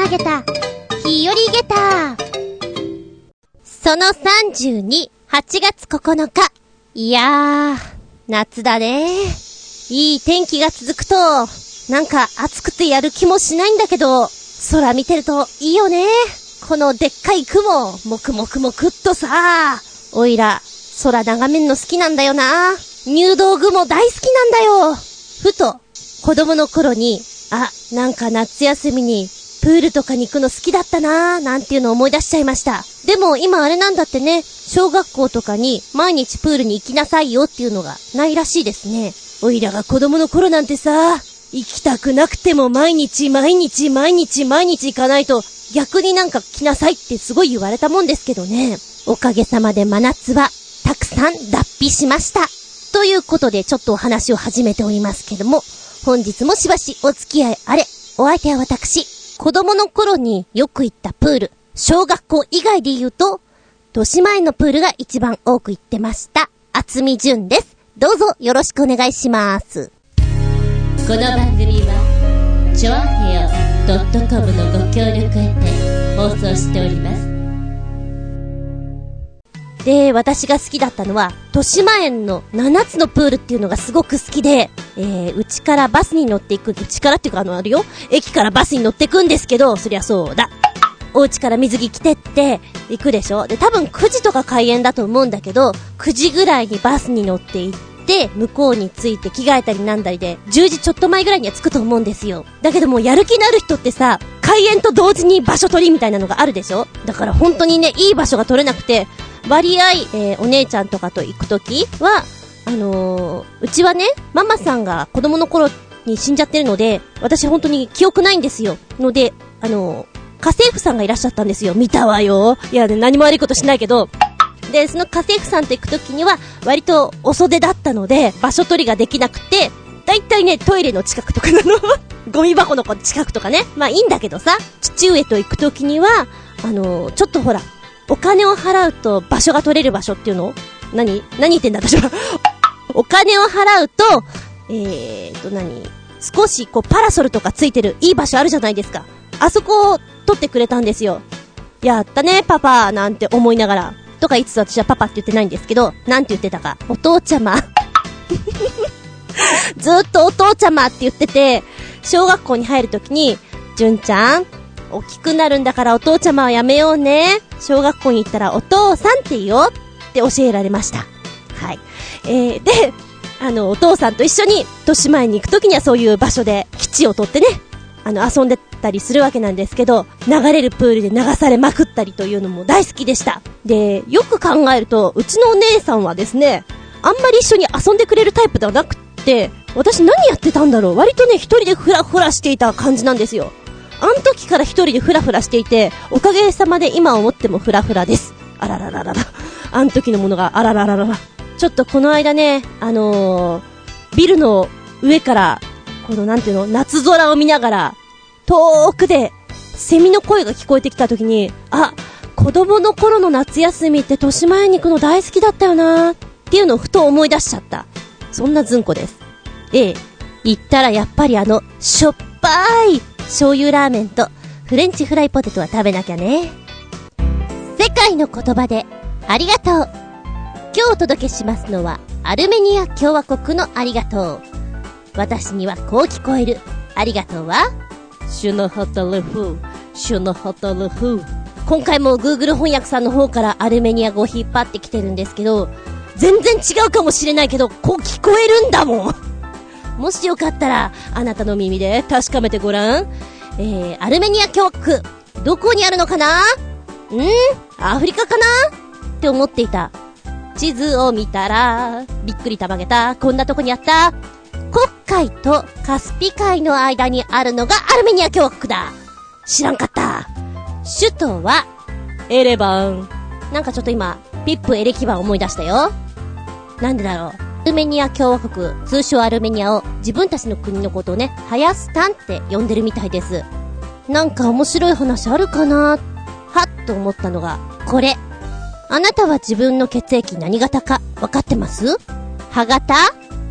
げた日和げたその32、8月9日。いやー、夏だね。いい天気が続くと、なんか暑くてやる気もしないんだけど、空見てるといいよね。このでっかい雲、もくもくもくっとさ、おいら、空眺めんの好きなんだよな。入道雲大好きなんだよ。ふと、子供の頃に、なんか夏休みに、プールとかに行くの好きだったなーなんていうのを思い出しちゃいました。でも今あれなんだってね、小学校とかに毎日プールに行きなさいよっていうのがないらしいですね。おいらが子供の頃なんてさ、行きたくなくても毎日行かないと逆になんか来なさいってすごい言われたもんですけどね。おかげさまで真夏はたくさん脱皮しました。ということでちょっとお話を始めておりますけども、本日もしばしお付き合いあれ。お相手は私。子供の頃によく行ったプール、小学校以外で言うと、豊島園のプールが一番多く行ってました。厚み純です。どうぞよろしくお願いします。 この番組は、ちょあへよ .com のご協力へて放送しております。 で、私が好きだったのは、豊島園の7つのプールっていうのがすごく好きで、うちからバスに乗っていく、うちからっていうかあるよ、駅からバスに乗ってくんですけど、そりゃそうだ。お家から水着着てって行くでしょ。で、多分9時とか開園だと思うんだけど、9時ぐらいにバスに乗って行って、向こうに着いて着替えたりなんだりで、10時ちょっと前ぐらいには着くと思うんですよ。だけどもうやる気のある人ってさ、開園と同時に場所取りみたいなのがあるでしょ。だから本当にね、いい場所が取れなくて、割合、お姉ちゃんとかと行くときは、うちはね、ママさんが子供の頃に死んじゃってるので、私本当に記憶ないんですよ。ので、家政婦さんがいらっしゃったんですよ。見たわよ。いや、何も悪いことしないけど。で、その家政婦さんと行くときには、割とお袖だったので、場所取りができなくて、だいたいね、トイレの近くとかなの。ゴミ箱の近くとかね。まあいいんだけどさ、父上と行くときには、ちょっとほら、お金を払うと場所が取れる場所っていうの？何言ってんだ私は。お金を払うと、少しこうパラソルとかついてるいい場所あるじゃないですか。あそこを取ってくれたんですよ。やったねパパなんて思いながら。とかいつ私はパパって言ってないんですけど、なんて言ってたか。お父ちゃま。ずっとお父ちゃまって言ってて、小学校に入るときに、純ちゃん、大きくなるんだからお父ちゃまはやめようね。小学校に行ったらお父さんって言おうって教えられました。はい。で、お父さんと一緒に豊島園に行くときにはそういう場所で基地を取ってね、遊んでたりするわけなんですけど、流れるプールで流されまくったりというのも大好きでした。で、よく考えると、うちのお姉さんはですね、あんまり一緒に遊んでくれるタイプではなくって、私何やってたんだろう、割とね、一人でフラフラしていた感じなんですよ。あの時から一人でフラフラしていて、おかげさまで今思ってもフラフラです。あららららら。あの時のものがあららららら。ちょっとこの間ね、ビルの上から、このなんていうの、夏空を見ながら、遠くでセミの声が聞こえてきた時に、子供の頃の夏休みって豊島園に行くの大好きだったよなーっていうのをふと思い出しちゃった。そんなずんこです。行ったらやっぱりしょっぱい醤油ラーメンとフレンチフライポテトは食べなきゃね。世界の言葉でありがとう。今日お届けしますのはアルメニア共和国のありがとう。私にはこう聞こえる。ありがとうはシュノホトルフシュノホトルフ。今回も Google 翻訳さんの方からアルメニア語を引っ張ってきてるんですけど、全然違うかもしれないけど、こう聞こえるんだもん。もしよかったらあなたの耳で確かめてごらん。アルメニア共和国どこにあるのかな？アフリカかなって思っていた。地図を見たらびっくりたまげた。こんなとこにあった。黒海とカスピ海の間にあるのがアルメニア共和国だ。知らんかった。首都はエレバン。なんかちょっと今ピップエレキバン思い出したよ。なんでだろう。アルメニア共和国、通称アルメニアを自分たちの国のことをね、ハヤスタンって呼んでるみたいです。なんか面白い話あるかなはっと思ったのがこれ。あなたは自分の血液何型か分かってます？歯型？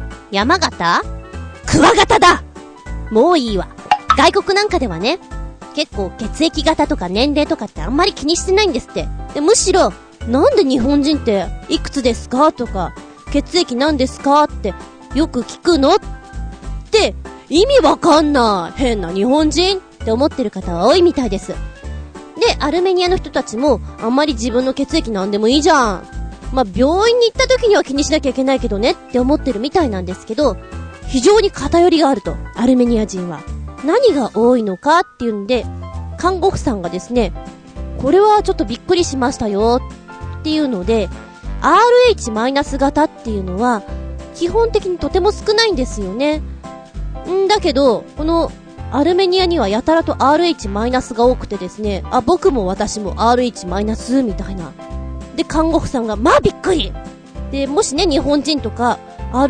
山型？クワガタだ。もういいわ。外国なんかではね、 結構血液型とか年齢とかってあんまり気にしてないんですって。で、むしろ、なんで日本人っていくつですかとか、血液なんですかってよく聞くのって意味わかんない。変な日本人って思ってる方は多いみたいです。で、アルメニアの人たちもあんまり自分の血液なんでもいいじゃん。まあ、病院に行った時には気にしなきゃいけないけどねって思ってるみたいなんですけど、非常に偏りがあると、アルメニア人は。何が多いのかっていうんで、看護婦さんがですね、これはちょっとびっくりしましたよっていうので、RH- 型っていうのは基本的にとても少ないんですよね。だけどこのアルメニアにはやたらと RH- が多くてですね、あ、僕も私も RH- みたいな。で、看護婦さんがまあびっくりで、もしね日本人とか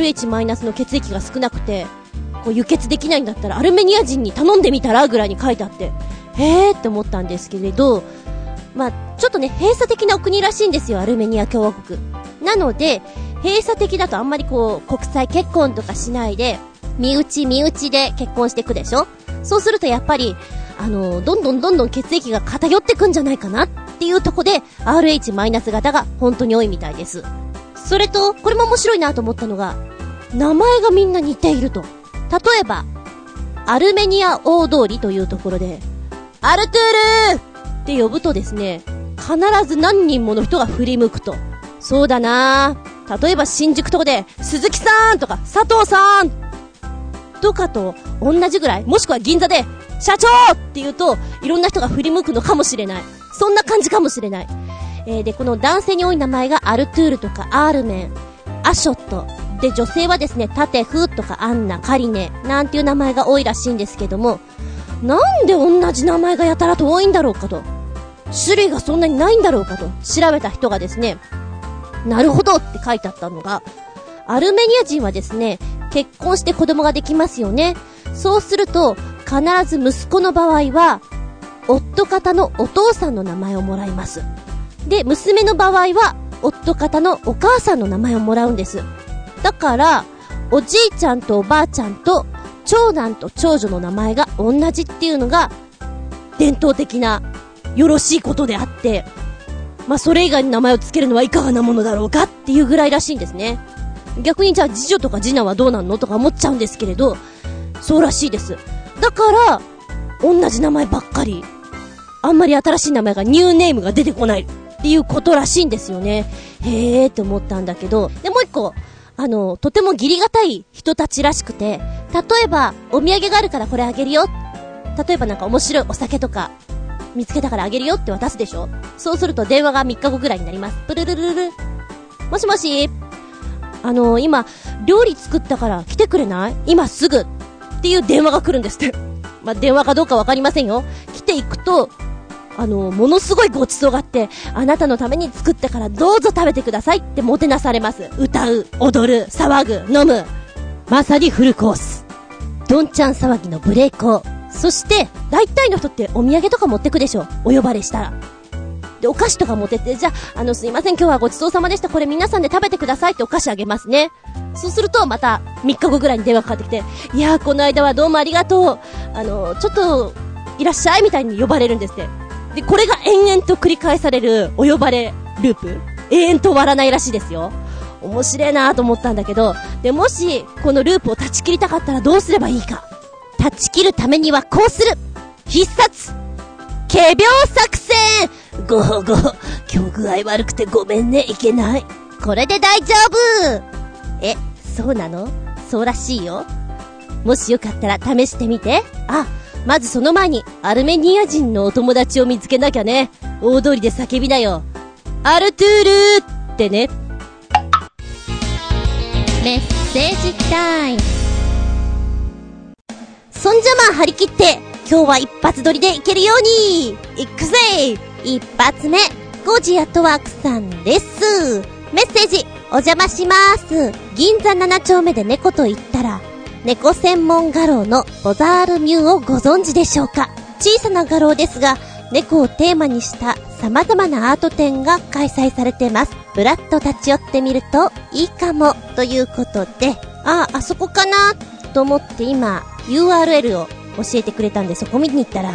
RH- の血液が少なくてこう輸血できないんだったらアルメニア人に頼んでみたらぐらいに書いてあって、へーって思ったんですけれど、まあちょっとね閉鎖的なお国らしいんですよ、アルメニア共和国なので。閉鎖的だとあんまりこう国際結婚とかしないで身内で結婚していくでしょ。そうするとやっぱりどんどん血液が偏ってくんじゃないかなっていうとこで RH- 型が本当に多いみたいです。それとこれも面白いなと思ったのが、名前がみんな似ていると。例えばアルメニア大通りというところでアルトゥールって呼ぶとですね、必ず何人もの人が振り向くと。そうだなぁ、例えば新宿とかで鈴木さんとか佐藤さんとかと同じぐらい、もしくは銀座で社長って言うといろんな人が振り向くのかもしれない。そんな感じかもしれない。で、この男性に多い名前がアルトゥールとかアールメン、アショットで、女性はですねタテフとかアンナ、カリネなんていう名前が多いらしいんですけども、なんで同じ名前がやたらと多いんだろうかと、種類がそんなにないんだろうかと調べた人がですね、なるほどって書いてあったのが、アルメニア人はですね、結婚して子供ができますよね。そうすると必ず息子の場合は夫方のお父さんの名前をもらいます。で、娘の場合は夫方のお母さんの名前をもらうんです。だからおじいちゃんとおばあちゃんと長男と長女の名前が同じっていうのが伝統的なよろしいことであって、まあそれ以外に名前をつけるのはいかがなものだろうかっていうぐらいらしいんですね。逆にじゃあ次女とか次男はどうなんのとか思っちゃうんですけれど、そうらしいです。だから同じ名前ばっかり、あんまり新しい名前がニューネームが出てこないっていうことらしいんですよね。へーって思ったんだけど、でもう一個とても義理がたい人たちらしくて、例えばお土産があるからこれあげるよ、例えばなんか面白いお酒とか見つけたからあげるよって渡すでしょ。そうすると電話が3日後ぐらいになります。プルルルルル、もしもし、今料理作ったから来てくれない？今すぐっていう電話が来るんですって。まあ、電話かどうかわかりませんよ。来ていくとものすごいごちそうがあって、あなたのために作ったからどうぞ食べてくださいってもてなされます。歌う、踊る、騒ぐ、飲む、まさにフルコース、どんちゃん騒ぎのブレイコー。そして大体の人ってお土産とか持ってくでしょ、お呼ばれしたら。で、お菓子とか持ってって、じゃあすいません今日はごちそうさまでした、これ皆さんで食べてくださいってお菓子あげますね。そうするとまた3日後ぐらいに電話かかってきて、いやーこの間はどうもありがとう、ちょっといらっしゃいみたいに呼ばれるんですって。で、これが延々と繰り返されるお呼ばれループ、永遠と終わらないらしいですよ。面白いなと思ったんだけど、でもしこのループを断ち切りたかったらどうすればいいか。断ち切るためにはこうする。必殺仮病作戦。ごほごほ、今日具合悪くてごめんね、いけない。これで大丈夫。え、そうなの？そうらしいよ。もしよかったら試してみて。あ、まずその前にアルメニア人のお友達を見つけなきゃね。大通りで叫びなよ、アルトゥールーってね。 メッセージタイム。 そんじゃまあ張り切って今日は一発撮りでいけるようにいくぜ。一発目、ゴジアットワークさんです。メッセージお邪魔します。銀座7丁目で猫と言ったら猫専門画廊のボザールミューをご存知でしょうか。小さな画廊ですが猫をテーマにした様々なアート展が開催されてます。ブラッと立ち寄ってみるといいかもということで、あそこかなと思って今 URL を教えてくれたんでそこ見に行ったら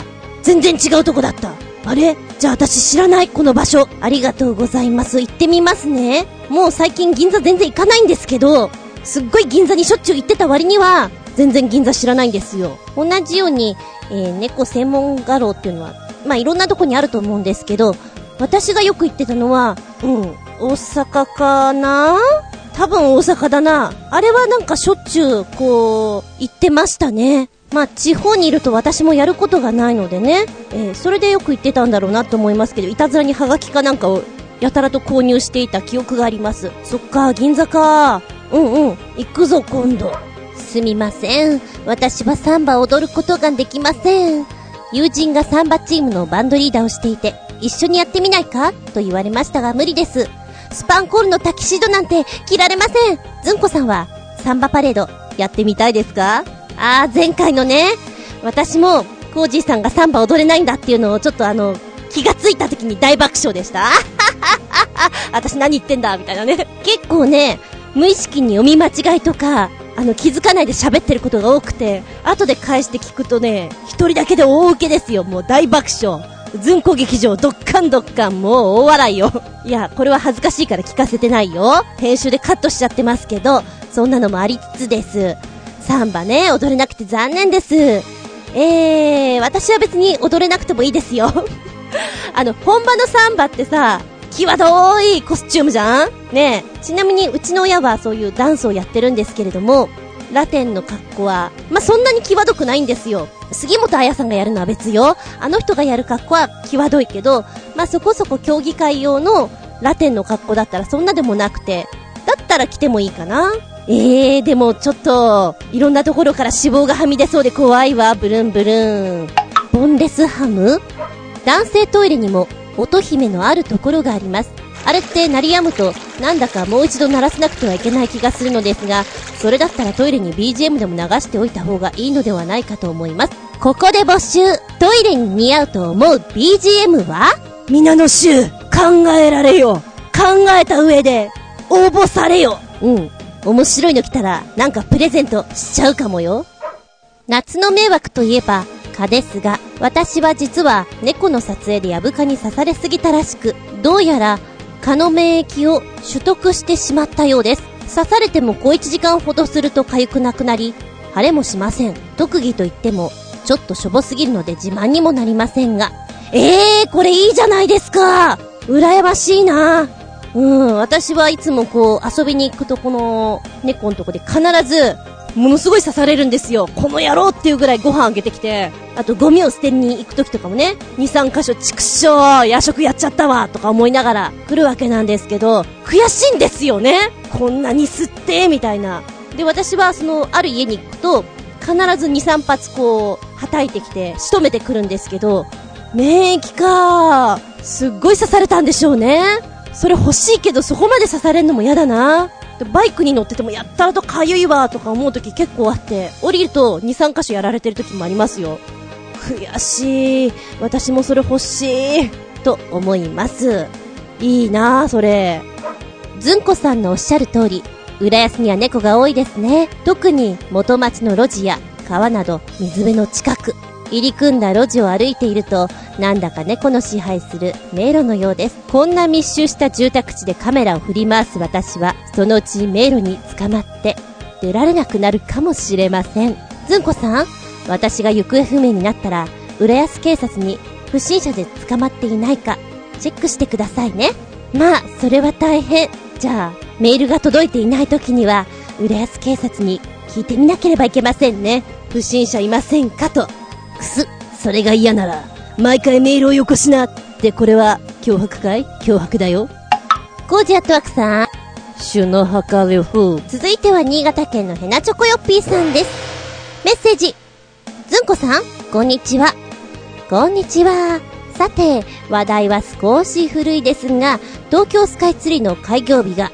全然違うとこだった。あれ？じゃあ私知らないこの場所。ありがとうございます。行ってみますね。もう最近銀座全然行かないんですけど、すっごい銀座にしょっちゅう行ってた割には全然銀座知らないんですよ。同じように、猫専門画廊っていうのはまあいろんなとこにあると思うんですけど、私がよく行ってたのは大阪かな？多分大阪だな。あれはなんかしょっちゅうこう行ってましたね。まあ地方にいると私もやることがないのでね、それでよく行ってたんだろうなと思いますけど、いたずらにハガキかなんかをやたらと購入していた記憶があります。そっか、銀座か。行くぞ今度。すみません、私はサンバを踊ることができません。友人がサンバチームのバンドリーダーをしていて、一緒にやってみないかと言われましたが無理です。スパンコールのタキシードなんて着られません。ずんこさんはサンバパレードやってみたいですか？前回のね、私もコージーさんがサンバ踊れないんだっていうのをちょっと気がついた時に大爆笑でした。私何言ってんだみたいなね。結構ね、無意識に読み間違いとか気づかないで喋ってることが多くて、後で返して聞くとね、一人だけで大受けですよ。もう大爆笑。ずんこ劇場ドッカンドッカン、もう大笑いよ。いや、これは恥ずかしいから聞かせてないよ。編集でカットしちゃってますけど、そんなのもありつつです。サンバね、踊れなくて残念です。私は別に踊れなくてもいいですよ。本場のサンバってさ、際どいコスチュームじゃんねえ。ちなみにうちの親はそういうダンスをやってるんですけれども、ラテンの格好はそんなに際どくないんですよ。杉本彩さんがやるのは別よ。あの人がやる格好は際どいけど、そこそこ競技会用のラテンの格好だったらそんなでもなくて、だったら着てもいいかな。でもちょっといろんなところから脂肪がはみ出そうで怖いわ。ブルンブルン。ボンレスハム？男性トイレにも乙姫のあるところがあります。あれって鳴り止むとなんだかもう一度鳴らさなくてはいけない気がするのですが、それだったらトイレに BGM でも流しておいた方がいいのではないかと思います。ここで募集。トイレに似合うと思う BGM は？皆の衆、考えられよ。考えた上で応募されよ。面白いの来たらなんかプレゼントしちゃうかもよ。夏の迷惑といえば蚊ですが、私は実は猫の撮影でヤブ蚊に刺されすぎたらしく、どうやら蚊の免疫を取得してしまったようです。刺されても小1時間ほどすると痒くなくなり、腫れもしません。特技といってもちょっとしょぼすぎるので自慢にもなりませんが、これいいじゃないですか。羨ましいな。私はいつもこう遊びに行くとこの猫のとこで必ずものすごい刺されるんですよ。この野郎っていうぐらいご飯あげてきて、あとゴミを捨てに行く時とかもね、 2,3 箇所チクショー夜食やっちゃったわとか思いながら来るわけなんですけど、悔しいんですよね。こんなに吸ってみたいな。で、私はある家に行くと必ず 2,3 発こうはたいてきて仕留めてくるんですけど、免疫かすっごい刺されたんでしょうね。それ欲しいけどそこまで刺されるのも嫌だな。バイクに乗っててもやったらとかゆいわとか思う時結構あって、降りると 2,3 箇所やられてる時もありますよ。悔しい。私もそれ欲しいと思います。いいなそれ。ずんこさんのおっしゃる通り、浦安には猫が多いですね。特に元町の路地や川など水辺の近く、入り組んだ路地を歩いているとなんだか猫の支配する迷路のようです。こんな密集した住宅地でカメラを振り回す私はそのうち迷路に捕まって出られなくなるかもしれません。ずんこさん、私が行方不明になったら浦安警察に不審者で捕まっていないかチェックしてくださいね。それは大変。じゃあメールが届いていない時には浦安警察に聞いてみなければいけませんね。不審者いませんかと。それが嫌なら毎回メールをよこしなって。これは脅迫かい？脅迫だよ。コージアットワークさん、シュノハカウェフ。続いては新潟県のヘナチョコヨッピーさんです。メッセージ。ずんこさん、こんにちは。こんにちは。さて、話題は少し古いですが、東京スカイツリーの開業日が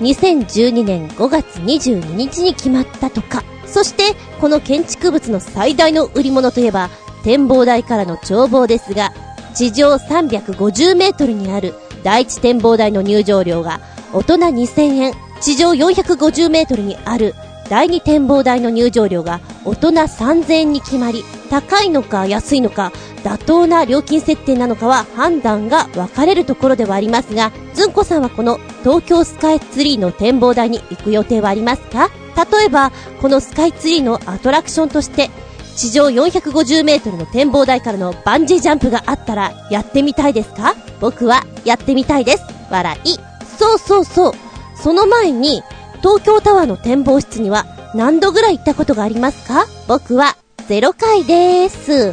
2012年5月22日に決まったとか。そしてこの建築物の最大の売り物といえば展望台からの眺望ですが、地上350メートルにある第一展望台の入場料が大人2000円、地上450メートルにある第二展望台の入場料が大人3000円に決まり、高いのか安いのか妥当な料金設定なのかは判断が分かれるところではありますが、ずんこさんはこの東京スカイツリーの展望台に行く予定はありますか？例えばこのスカイツリーのアトラクションとして地上450メートルの展望台からのバンジージャンプがあったらやってみたいですか？僕はやってみたいです。笑い。そう。その前に東京タワーの展望室には何度ぐらい行ったことがありますか？僕は0回です。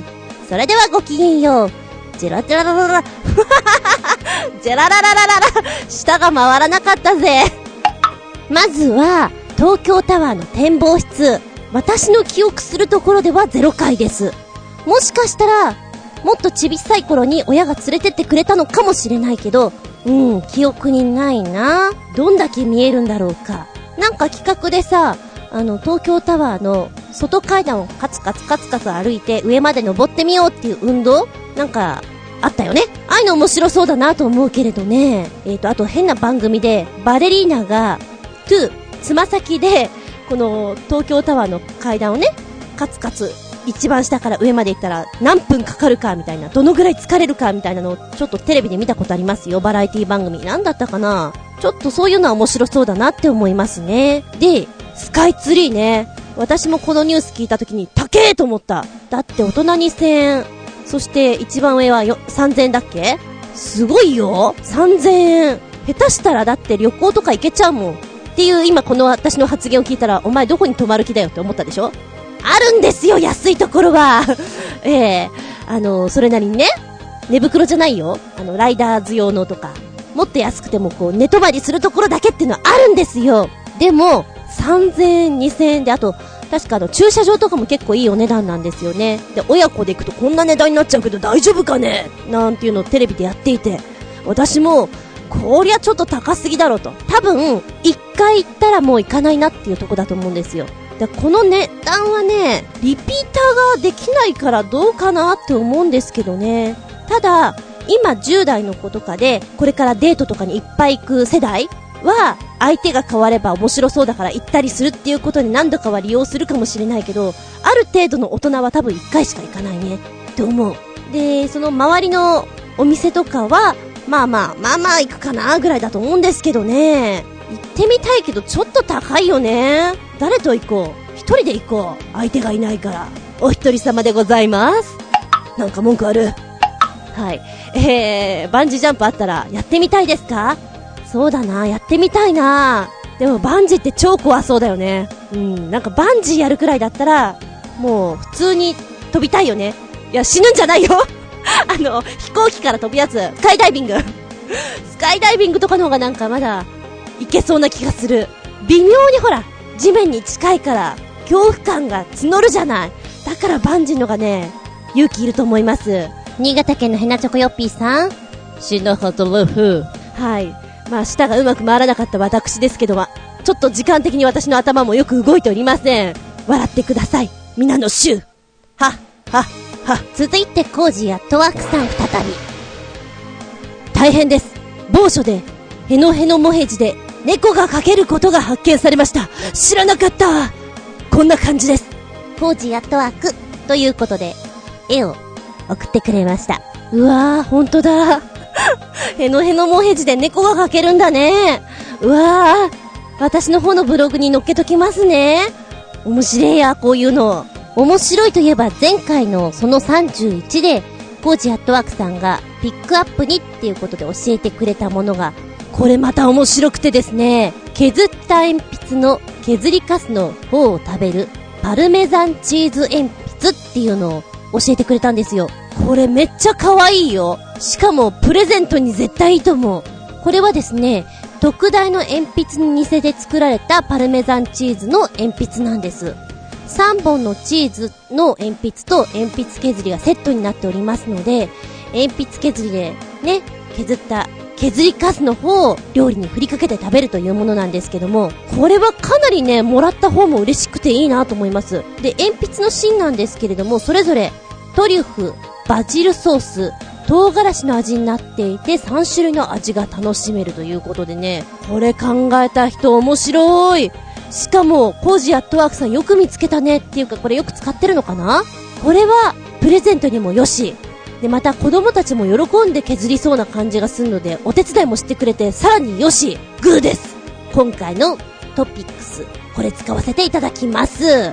それではごきげんよう。ジェラジェララララジェララララララ、舌が回らなかったぜ。まずは東京タワーの展望室、私の記憶するところでは0回です。もしかしたらもっとちびさい頃に親が連れてってくれたのかもしれないけど、記憶にないな。どんだけ見えるんだろうか。なんか企画でさ、東京タワーの外階段をカツカツ歩いて上まで登ってみようっていう運動なんかあったよね。ああいうの面白そうだなと思うけれどね。あと変な番組でバレリーナがつま先でこの東京タワーの階段をねカツカツ一番下から上まで行ったら何分かかるかみたいな、どのぐらい疲れるかみたいなのをちょっとテレビで見たことありますよ。バラエティ番組なんだったかな。ちょっとそういうのは面白そうだなって思いますね。でスカイツリーね、私もこのニュース聞いた時に高えと思った。だって大人2000円、そして一番上は3000円だっけ。すごいよ3000円。下手したらだって旅行とか行けちゃうもんっていう。今この私の発言を聞いたらお前どこに泊まる気だよって思ったでしょ。あるんですよ安いところはそれなりにね、寝袋じゃないよ、ライダーズ用のとかもっと安くてもこう寝泊まりするところだけっていうのはあるんですよ。でも3000円2000円で、あと確か駐車場とかも結構いいお値段なんですよね。で親子で行くとこんな値段になっちゃうけど大丈夫かねなんていうのをテレビでやっていて、私もこりゃちょっと高すぎだろうと。多分一回行ったらもう行かないなっていうとこだと思うんですよ。でこの値段はねリピーターができないからどうかなって思うんですけどね。ただ今10代の子とかでこれからデートとかにいっぱい行く世代は相手が変われば面白そうだから行ったりするっていうことに何度かは利用するかもしれないけど、ある程度の大人は多分1回しか行かないねって思う。でその周りのお店とかはまあ行くかなぐらいだと思うんですけどね。行ってみたいけどちょっと高いよね。誰と行こう？一人で行こう。相手がいないからお一人様でございます。なんか文句ある？はい。バンジージャンプあったらやってみたいですか？そうだな、やってみたいな。でもバンジーって超怖そうだよね。なんかバンジーやるくらいだったらもう普通に飛びたいよね。いや死ぬんじゃないよ飛行機から飛ぶやつ、スカイダイビングスカイダイビングとかの方がなんかまだいけそうな気がする。微妙にほら地面に近いから恐怖感が募るじゃない。だからバンジーのがね勇気いると思います。新潟県のヘナチョコヨッピーさん、死ぬほどルフ。はい、まあ舌がうまく回らなかった私ですけどは、ちょっと時間的に私の頭もよく動いておりません。笑ってください皆の衆。は続いてコージやトワークさん再び。大変です。某所でヘノヘノモヘジで猫が描けることが発見されました。知らなかった。こんな感じです。コージやトワークということで絵を送ってくれました。うわーほんとだヘノヘノモヘジで猫が描けるんだね。うわー私の方のブログに載っけときますね。面白いやこういうの。面白いといえば前回のその31でコージアットワークさんがピックアップにっていうことで教えてくれたものがこれまた面白くてですね、削った鉛筆の削りカスの方を食べるパルメザンチーズ鉛筆っていうのを教えてくれたんですよ。これめっちゃ可愛いよ。しかもプレゼントに絶対いいと思う。これはですね特大の鉛筆に似せて作られたパルメザンチーズの鉛筆なんです。3本のチーズの鉛筆と鉛筆削りがセットになっておりますので、鉛筆削りでね削った削りカスの方を料理に振りかけて食べるというものなんですけども、これはかなりねもらった方も嬉しくていいなと思います。で鉛筆の芯なんですけれども、それぞれトリュフ、バジルソース、唐辛子の味になっていて3種類の味が楽しめるということでね、これ考えた人面白い。しかもコージアットワークさんよく見つけたねっていうか、これよく使ってるのかな。これはプレゼントにもよし、 で、また子供たちも喜んで削りそうな感じがするので、お手伝いもしてくれて、さらによし、グーです。今回のトピックス、これ使わせていただきます。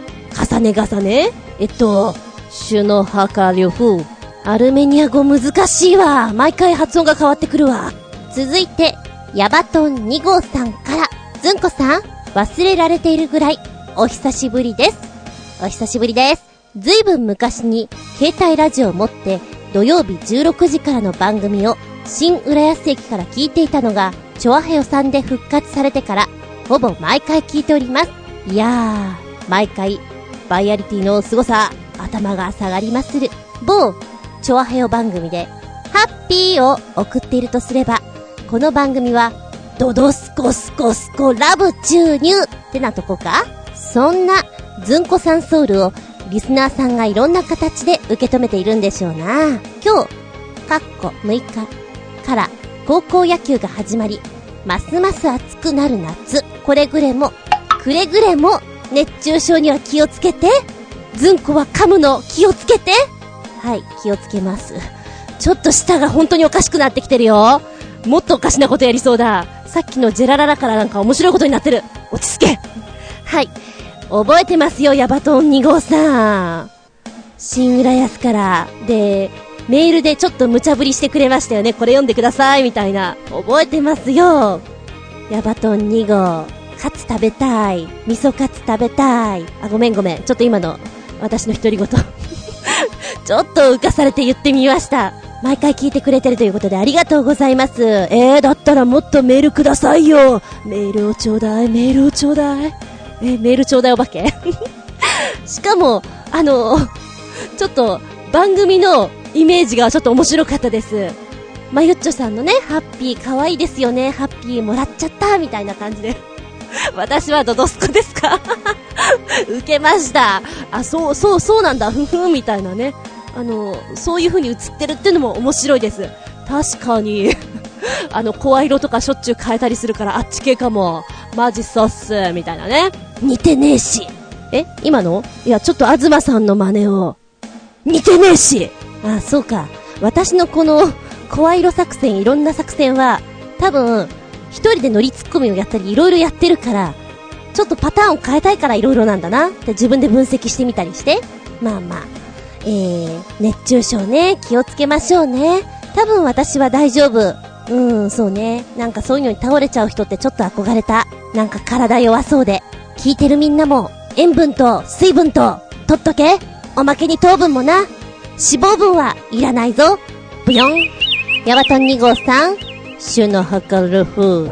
重ね。シュノハカリョフ。アルメニア語難しいわ。毎回発音が変わってくるわ。続いて、ヤバトン2号さんから、ずんこさん、忘れられているぐらい、お久しぶりです。お久しぶりです。ずいぶん昔に、携帯ラジオを持って、土曜日16時からの番組を新浦安駅から聞いていたのがチョアヘヨさんで復活されてからほぼ毎回聞いております。いやー、毎回バイアリティの凄さ、頭が下がりまする。某チョアヘヨ番組でハッピーを送っているとすれば、この番組はドドスコスコスコラブ注入ってなとこか。そんなずんこさんソウルをリスナーさんがいろんな形で受け止めているんでしょうな。今日、6日から高校野球が始まり、ますます暑くなる夏。くれぐれも熱中症には気をつけて。ずんこは噛むの気をつけて。はい、気をつけます。ちょっと舌が本当におかしくなってきてるよ。もっとおかしなことやりそうだ。さっきのジェラララからなんか面白いことになってる。落ち着け。はい。覚えてますよ、ヤバトン2号さん。新浦安から。で、メールでちょっと無茶ぶりしてくれましたよね。これ読んでください、みたいな。覚えてますよ。ヤバトン2号。カツ食べたい。味噌カツ食べたい。あ、ごめん。ちょっと今の、私の独り言。ちょっと浮かされて言ってみました。毎回聞いてくれてるということでありがとうございます。だったらもっとメールくださいよ。メールをちょうだい。メールちょうだいお化けしかも、ちょっと、番組のイメージがちょっと面白かったです。まゆっちょさんのね、ハッピー可愛いですよね。ハッピーもらっちゃったみたいな感じで。私はドドスコですか受けました。あ、そうなんだ。ふふみたいなね。そういう風に映ってるっていうのも面白いです。確かに。声色とかしょっちゅう変えたりするからあっち系かも。マジそうっすみたいなね。似てねえし。今の？いや、ちょっと東さんの真似を。似てねえし。あ、そうか。私のこの声色作戦、いろんな作戦は多分一人でノリツッコミをやったりいろいろやってるから、ちょっとパターンを変えたいからいろいろなんだなって自分で分析してみたりして。まあ熱中症ね、気をつけましょうね。多分私は大丈夫。そうね。なんかそういうのに倒れちゃう人ってちょっと憧れた。なんか体弱そうで。聞いてるみんなも塩分と水分と取っとけ。おまけに糖分もな。脂肪分はいらないぞ。ブヨン。ヤバトン2号さん、シュノハカルフ。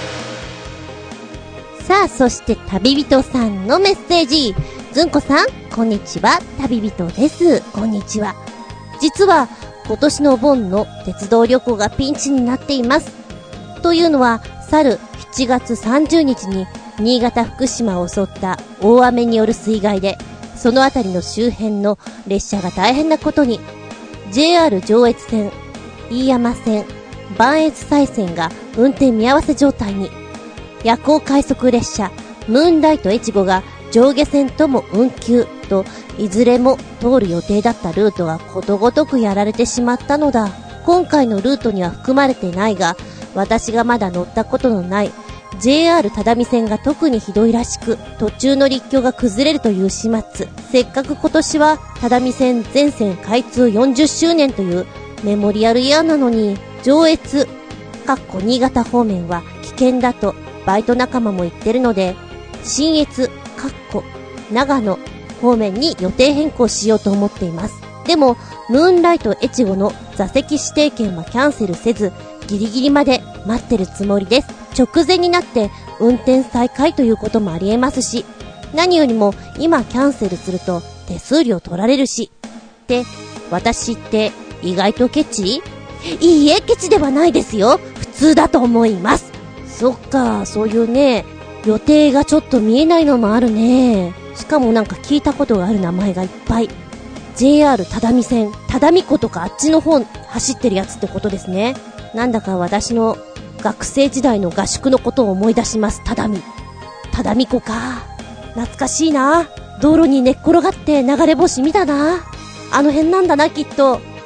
さあ、そして旅人さんのメッセージ。ずんこさん、こんにちは。旅人です。こんにちは。実は今年のお盆の鉄道旅行がピンチになっています。というのは、去る7月30日に新潟福島を襲った大雨による水害で、そのあたりの周辺の列車が大変なことに、JR 上越線、飯山線、磐越西線が運転見合わせ状態に。夜行快速列車ムーンライト越後が上下線とも運休と、いずれも通る予定だったルートがことごとくやられてしまったのだ。今回のルートには含まれてないが、私がまだ乗ったことのない JR 只見線が特にひどいらしく、途中の陸橋が崩れるという始末。せっかく今年は只見線全線開通40周年というメモリアルイヤーなのに、上越新潟方面は危険だとバイト仲間も言ってるので、信越長野方面に予定変更しようと思っています。でもムーンライト越後の座席指定券はキャンセルせず、ギリギリまで待ってるつもりです。直前になって運転再開ということもありえますし、何よりも今キャンセルすると手数料取られるし。って私って意外とケチ？いいえ、ケチではないですよ。普通だと思います。そっか、そういうね、予定がちょっと見えないのもあるね。しかもなんか聞いたことがある名前がいっぱい。JR 只見線、只見湖とかあっちの方走ってるやつってことですね。なんだか私の学生時代の合宿のことを思い出します。只見湖か。懐かしいな。道路に寝っ転がって流れ星見たな。あの辺なんだな、きっと。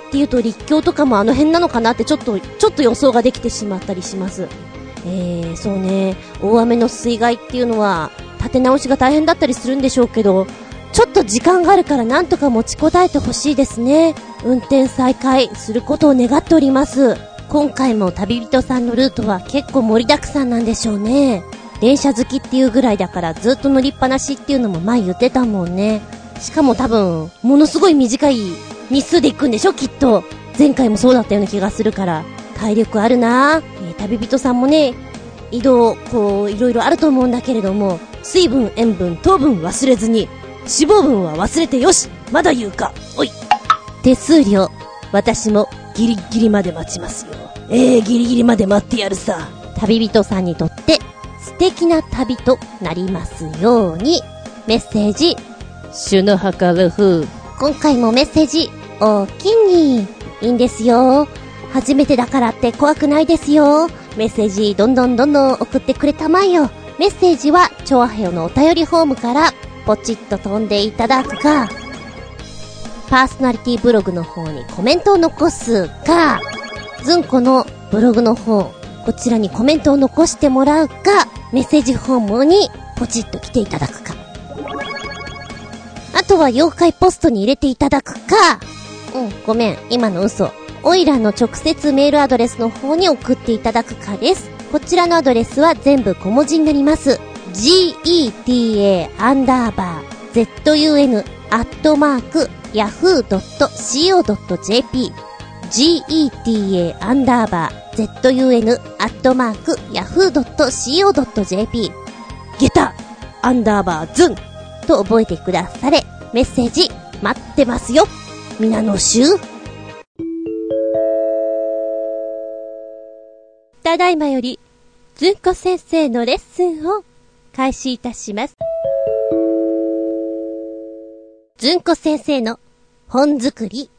っていうと立教とかもあの辺なのかなってちょっと予想ができてしまったりします。そうね、大雨の水害っていうのは立て直しが大変だったりするんでしょうけど、ちょっと時間があるからなんとか持ちこたえてほしいですね。運転再開することを願っております。今回も旅人さんのルートは結構盛りだくさんなんでしょうね。電車好きっていうぐらいだからずっと乗りっぱなしっていうのも前言ってたもんね。しかも多分ものすごい短い日数で行くんでしょきっと。前回もそうだったような気がするから体力あるな。旅人さんもね、移動こういろいろあると思うんだけれども、水分塩分糖分忘れずに、脂肪分は忘れてよし。まだ言うか。おい。手数料私もギリギリまで待ちますよ。ギリギリまで待ってやるさ。旅人さんにとって素敵な旅となりますように。メッセージシュノハカルフ。今回もメッセージおおきにいいんですよ。初めてだからって怖くないですよ。メッセージどんどん送ってくれたまえよ。メッセージはチョアヘヨのお便りフォームからポチッと飛んでいただくか、パーソナリティブログの方にコメントを残すか、ずんこのブログの方、こちらにコメントを残してもらうか、メッセージフォームにポチッと来ていただくか、あとは妖怪ポストに入れていただくか、ごめん、今の嘘。オイラの直接メールアドレスの方に送っていただくかです。こちらのアドレスは全部小文字になります。geta_zun@yahoo.co.jp geta_zun@yahoo.co.jp ゲタズンと覚えてくだされ。メッセージ待ってますよ。皆の衆。ただいまよりずんこ先生のレッスンを開始いたします。ずんこ先生の本作り。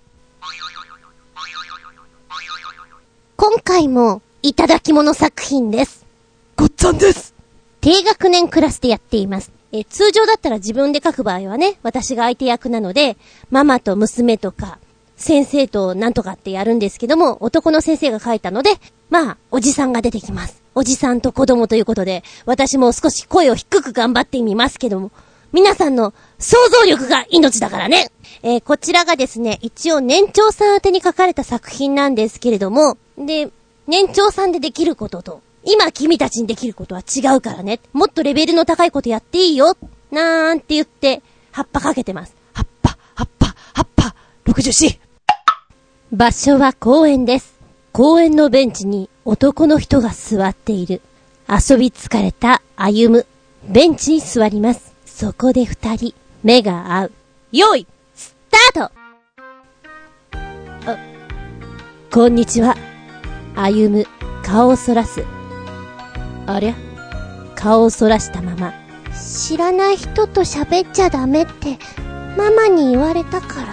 今回もいただき物作品です。ごっつぁんです。低学年クラスでやっています。通常だったら自分で書く場合はね、私が相手役なので、ママと娘とか、先生となんとかってやるんですけども、男の先生が書いたので、まあ、おじさんが出てきます。おじさんと子供ということで、私も少し声を低く頑張ってみますけども、皆さんの想像力が命だからね。こちらがですね、一応年長さん宛てに書かれた作品なんですけれども、で、年長さんでできることと、今君たちにできることは違うからね。もっとレベルの高いことやっていいよ。なんて言って、葉っぱかけてます。葉っぱ、64。場所は公園です。公園のベンチに男の人が座っている。遊び疲れた歩む。ベンチに座ります。そこで二人、目が合う。よい、スタート。こんにちは。歩む、顔をそらす。ありゃ、顔をそらしたまま。知らない人と喋っちゃダメって、ママに言われたから。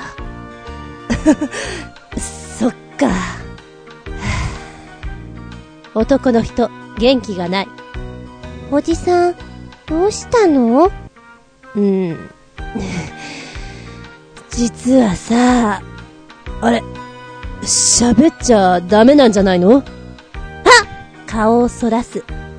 そっか。男の人、元気がない。おじさん、どうしたの？実はさ、あれ、喋っちゃダメなんじゃないの？顔をそらす。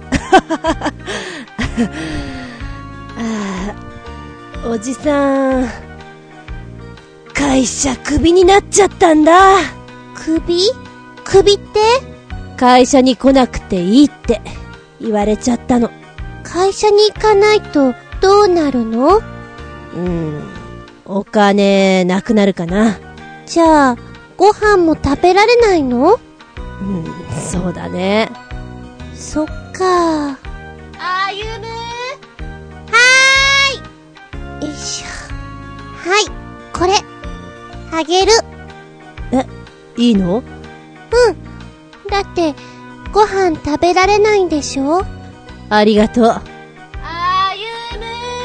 おじさん、会社クビになっちゃったんだ。クビって会社に来なくていいって言われちゃったの。会社に行かないとどうなるの？お金なくなるかな。じゃあご飯も食べられないの？そうだね。そっか。あゆむ、はーい。よいしょ。はい、これあげる。いいの？だってご飯食べられないんでしょ？ありがとう。あゆむ、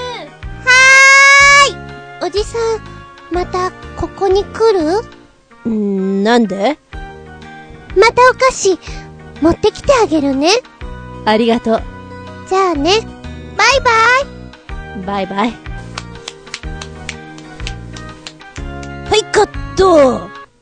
はーい。おじさん、またここに来る？なんで？またお菓子持ってきてあげるね。ありがとう。じゃあね。バイバイ。バイバイ。はい、カット。まあ、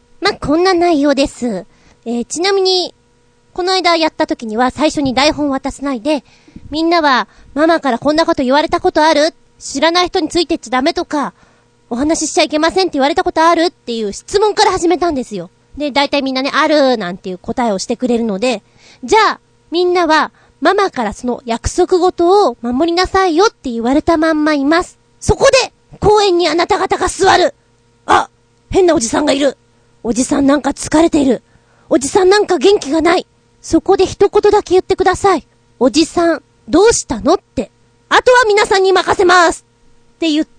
こんな内容です。ちなみに、この間やった時には最初に台本渡さないで、みんなはママからこんなこと言われたことある？知らない人についてっちゃダメとか、お話ししちゃいけませんって言われたことあるっていう質問から始めたんですよ。で、大体みんなね、あるなんていう答えをしてくれるので、じゃあ、みんなはママからその約束事を守りなさいよって言われたまんまいます。そこで、公園にあなた方が座る。あ、変なおじさんがいる。おじさんなんか疲れている。おじさんなんか元気がない。そこで一言だけ言ってください。おじさん、どうしたのって。あとは皆さんに任せますって言って、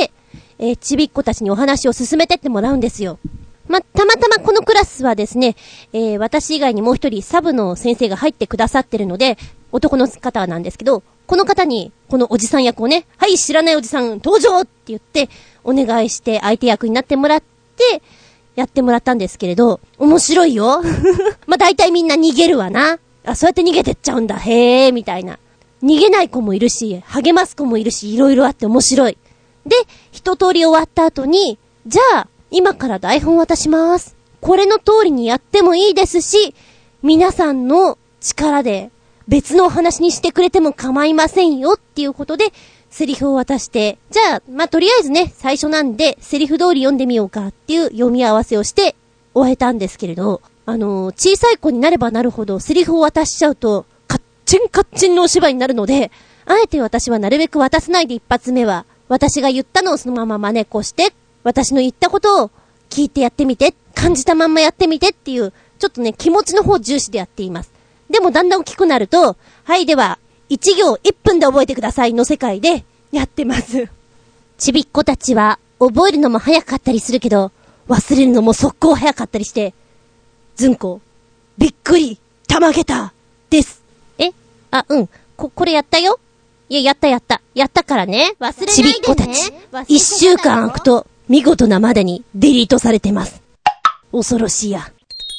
ちびっ子たちにお話を進めてってもらうんですよ。たまたまこのクラスはですね、私以外にもう一人サブの先生が入ってくださってるので、男の方なんですけど、この方に、このおじさん役をね、はい、知らないおじさん登場って言って、お願いして相手役になってもらって、やってもらったんですけれど、面白いよ。大体みんな逃げるわな。あ、そうやって逃げてっちゃうんだ。へー、みたいな。逃げない子もいるし、励ます子もいるし、いろいろあって面白い。で、一通り終わった後に、じゃあ、今から台本渡します。これの通りにやってもいいですし、皆さんの力で別のお話にしてくれても構いませんよっていうことで、セリフを渡して、じゃあ、とりあえずね、最初なんで、セリフ通り読んでみようかっていう読み合わせをして終えたんですけれど、小さい子になればなるほどセリフを渡しちゃうと、カッチンのお芝居になるので、あえて私はなるべく渡さないで一発目は、私が言ったのをそのまま真似っこして、私の言ったことを聞いてやってみて、感じたまんまやってみてっていう、ちょっとね、気持ちの方重視でやっています。でもだんだん大きくなると、はいでは、1行1分で覚えてくださいの世界でやってます。ちびっ子たちは覚えるのも早かったりするけど、忘れるのも速攻早かったりして、ずんこ、びっくり、たまげた、です。これやったよ。いや、やったからね。忘れないでね。ちびっ子たち、1週間空くと、見事なまでにデリートされてます。恐ろしいや。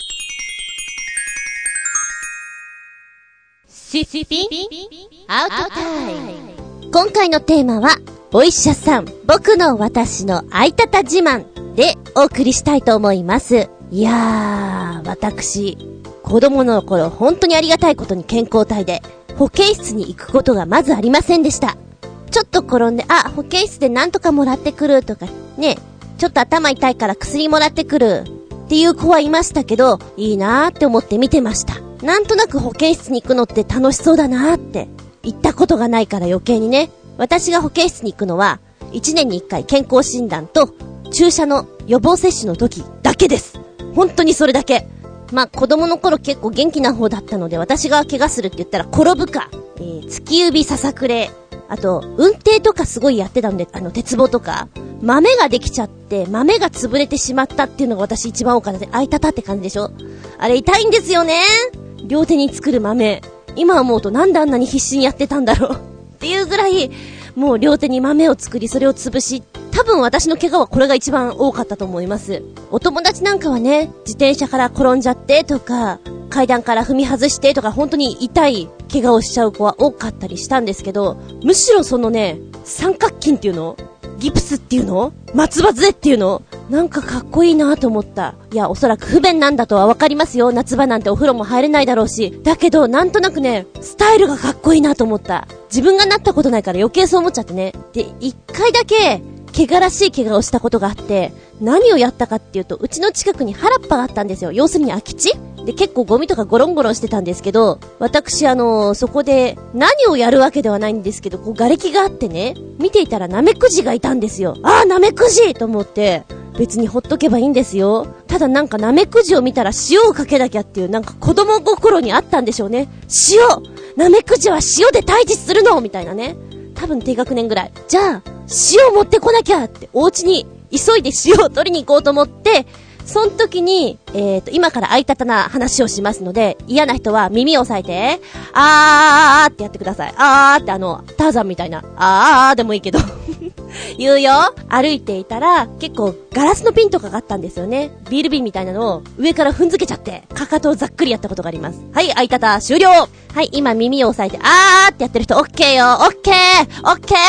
シピアウトタイム。 今回のテーマは、お医者さん、僕の私のあいたた自慢でお送りしたいと思います。いやー、私、子供の頃本当にありがたいことに健康体で、保健室に行くことがまずありませんでした。ちょっと転んで、保健室でなんとかもらってくるとか、ね、ちょっと頭痛いから薬もらってくるっていう子はいましたけど、いいなーって思って見てました。なんとなく保健室に行くのって楽しそうだなーって、行ったことがないから余計にね。私が保健室に行くのは、1年に1回健康診断と注射の予防接種の時だけです。本当にそれだけ。子供の頃結構元気な方だったので、私が怪我するって言ったら転ぶか、突き指ささくれ、あと運転とかすごいやってたんで、鉄棒とか豆ができちゃって豆が潰れてしまったっていうのが私一番多かったで、あいたたって感じでしょ。あれ痛いんですよね。両手に作る豆、今思うとなんであんなに必死にやってたんだろうっていうぐらい、もう両手に豆を作りそれを潰し、多分私の怪我はこれが一番多かったと思います。お友達なんかはね、自転車から転んじゃってとか、階段から踏み外してとか、本当に痛い怪我をしちゃう子は多かったりしたんですけど、むしろそのね、三角筋っていうの、ギプスっていうの、松葉杖っていうの、なんかかっこいいなと思った。いや、おそらく不便なんだとはわかりますよ。夏場なんてお風呂も入れないだろうし。だけど、なんとなくね、スタイルがかっこいいなと思った。自分がなったことないから余計そう思っちゃってね。で、一回だけ、怪我らしい怪我をしたことがあって、何をやったかっていうと、うちの近くに原っぱがあったんですよ。要するに空き地で、結構ゴミとかゴロンゴロンしてたんですけど、私そこで何をやるわけではないんですけど、瓦礫があってね、見ていたらナメクジがいたんですよ。ナメクジと思って、別にほっとけばいいんですよ。ただなんかナメクジを見たら塩をかけなきゃっていう、なんか子供心にあったんでしょうね。ナメクジは塩で退治するのみたいなね。多分低学年ぐらい。じゃあ塩持ってこなきゃってお家に急いで塩を取りに行こうと思って、その時に今からあいたたな話をしますので、嫌な人は耳を押さえてあーってやってください。あーってターザンみたいなあーでもいいけど言うよ。歩いていたら結構ガラスのピンとかがあったんですよね。ビール瓶みたいなのを上から踏んづけちゃってかかとをざっくりやったことがあります。はい、あいたた終了。はい、今耳を押さえてあーってやってる人オッケーよ。オッケー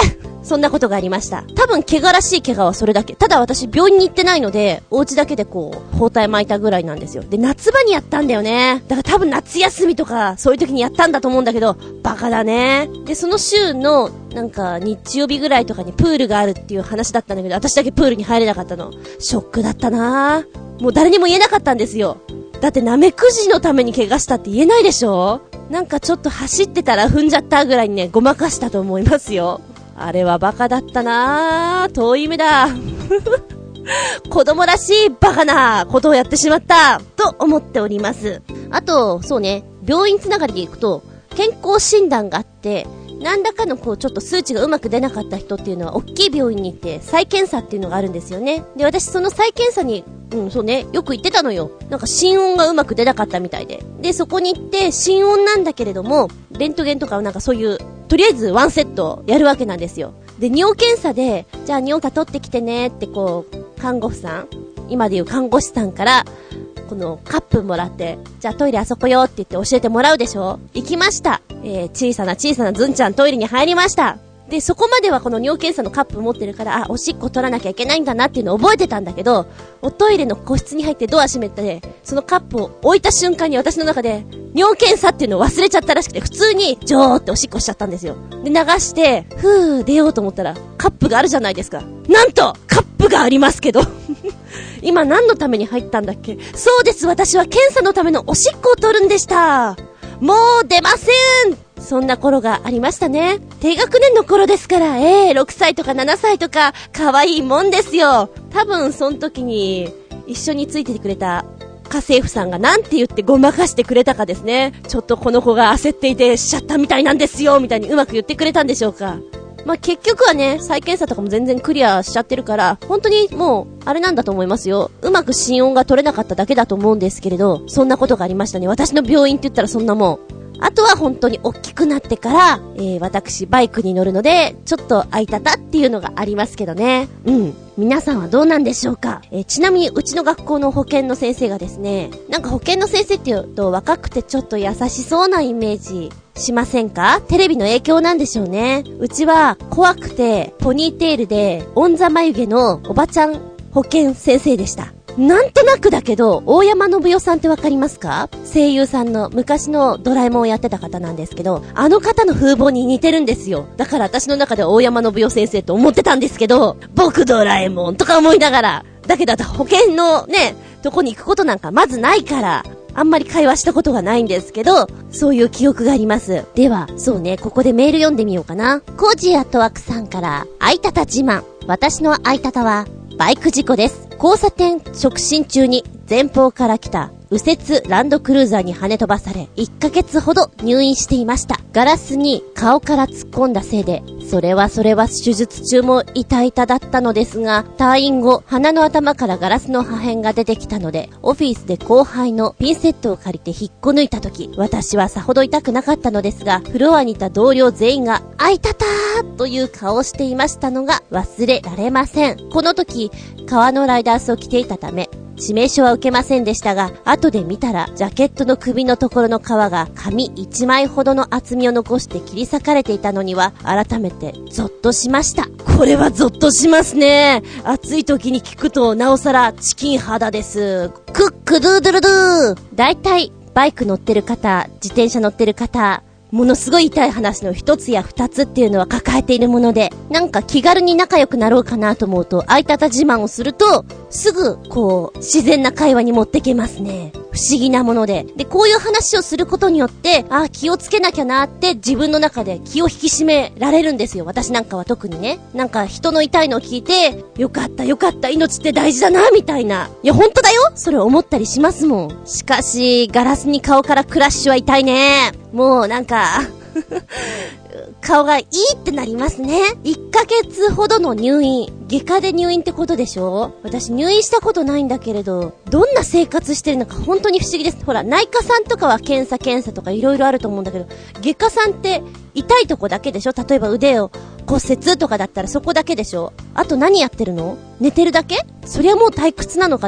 そんなことがありました。多分怪我らしい怪我はそれだけ。ただ私病院に行ってないので、お家だけでこう包帯巻いたぐらいなんですよ。で、夏場にやったんだよね。だから多分夏休みとかそういう時にやったんだと思うんだけど、バカだね。で、その週のなんか日曜日ぐらいとかにプールがあるっていう話だったんだけど、私だけプールに入れなかったの。ショックだったな。もう誰にも言えなかったんですよ。だってナメクジのために怪我したって言えないでしょ。なんかちょっと走ってたら踏んじゃったぐらいにね、ごまかしたと思いますよ。あれはバカだったな。遠い夢だ。子供らしいバカなことをやってしまったと思っております。あと、そうね、病院つながりでいくと健康診断があって、何らかのこうちょっと数値がうまく出なかった人っていうのは大きい病院に行って再検査っていうのがあるんですよね。で、私その再検査にそうね、よく行ってたのよ。なんか心音がうまく出なかったみたいで。で、そこに行って心音なんだけれども、レントゲンとかなんかそういうとりあえずワンセットやるわけなんですよ。で、尿検査で、じゃあ尿取ってきてねってこう看護婦さん、今でいう看護師さんからこのカップもらって、じゃあトイレあそこよって言って教えてもらうでしょ。行きました。小さなずんちゃんトイレに入りました。で、そこまではこの尿検査のカップ持ってるから、あ、おしっこ取らなきゃいけないんだなっていうのを覚えてたんだけど、おトイレの個室に入ってドア閉めて、そのカップを置いた瞬間に私の中で尿検査っていうのを忘れちゃったらしくて、普通にジョーっておしっこしちゃったんですよ。で、流して出ようと思ったらカップがあるじゃないですか。なんとカップがありますけど今何のために入ったんだっけ。そうです、私は検査のためのおしっこを取るんでした。もう出ません。そんな頃がありましたね。低学年の頃ですから、6歳とか7歳とか可愛いもんですよ。多分その時に一緒についてくれた家政婦さんがなんて言ってごまかしてくれたかですね。ちょっとこの子が焦っていてしちゃったみたいなんですよみたいにうまく言ってくれたんでしょうか。まあ、結局はね、再検査とかも全然クリアしちゃってるから、本当にもうあれなんだと思いますよ。うまく心音が取れなかっただけだと思うんですけれど、そんなことがありましたね。私の病院って言ったらそんなもん。あとは本当に大きくなってから、私バイクに乗るのでちょっとあいたたっていうのがありますけどね。皆さんはどうなんでしょうか。ちなみにうちの学校の保健の先生がですね、なんか保健の先生っていうと若くてちょっと優しそうなイメージしませんか？テレビの影響なんでしょうね。うちは怖くてポニーテールでオンザ眉毛のおばちゃん保健先生でした。なんとなくだけど、大山信代さんってわかりますか？声優さんの昔のドラえもんをやってた方なんですけど、あの方の風貌に似てるんですよ。だから私の中では大山信代先生と思ってたんですけど、僕ドラえもんとか思いながら、だけど保険のね、とこに行くことなんかまずないから、あんまり会話したことがないんですけど、そういう記憶があります。では、そうね、ここでメール読んでみようかな。コージーアットワークさんから、あいたた自慢。私のあいたたは、バイク事故です。交差点直進中に前方から来た右折ランドクルーザーに跳ね飛ばされ、1ヶ月ほど入院していました。ガラスに顔から突っ込んだせいで、それは手術中も痛々だったのですが、退院後、鼻の頭からガラスの破片が出てきたので、オフィスで後輩のピンセットを借りて引っこ抜いたとき、私はさほど痛くなかったのですが、フロアにいた同僚全員が、あいたたーという顔をしていましたのが忘れられません。この時、革のライダースを着ていたため、致命傷は受けませんでしたが、後で見たらジャケットの首のところの皮が紙1枚ほどの厚みを残して切り裂かれていたのには改めてゾッとしました。これはゾッとしますね。暑い時に聞くとなおさらチキン肌です。クックドゥードゥルドゥー。だいたいバイク乗ってる方、自転車乗ってる方、ものすごい痛い話の一つや二つっていうのは抱えているもので、なんか気軽に仲良くなろうかなと思うと、あいたた自慢をすると、すぐこう自然な会話に持ってけますね。不思議なもので、こういう話をすることによって、気をつけなきゃなって自分の中で気を引き締められるんですよ。私なんかは特にね、なんか人の痛いのを聞いて、よかった命って大事だなみたいな、いや本当だよ、それ思ったりしますもん。しかしガラスに顔からクラッシュは痛いね。もうなんか顔がいいってなりますね。1ヶ月ほどの入院。外科で入院ってことでしょ？私入院したことないんだけれど、どんな生活してるのか本当に不思議です。ほら、内科さんとかは検査とかいろいろあると思うんだけど、外科さんって痛いとこだけでしょ？例えば腕を骨折とかだったらそこだけでしょ？あと何やってるの？寝てるだけ？そりゃもう退屈なのかな？で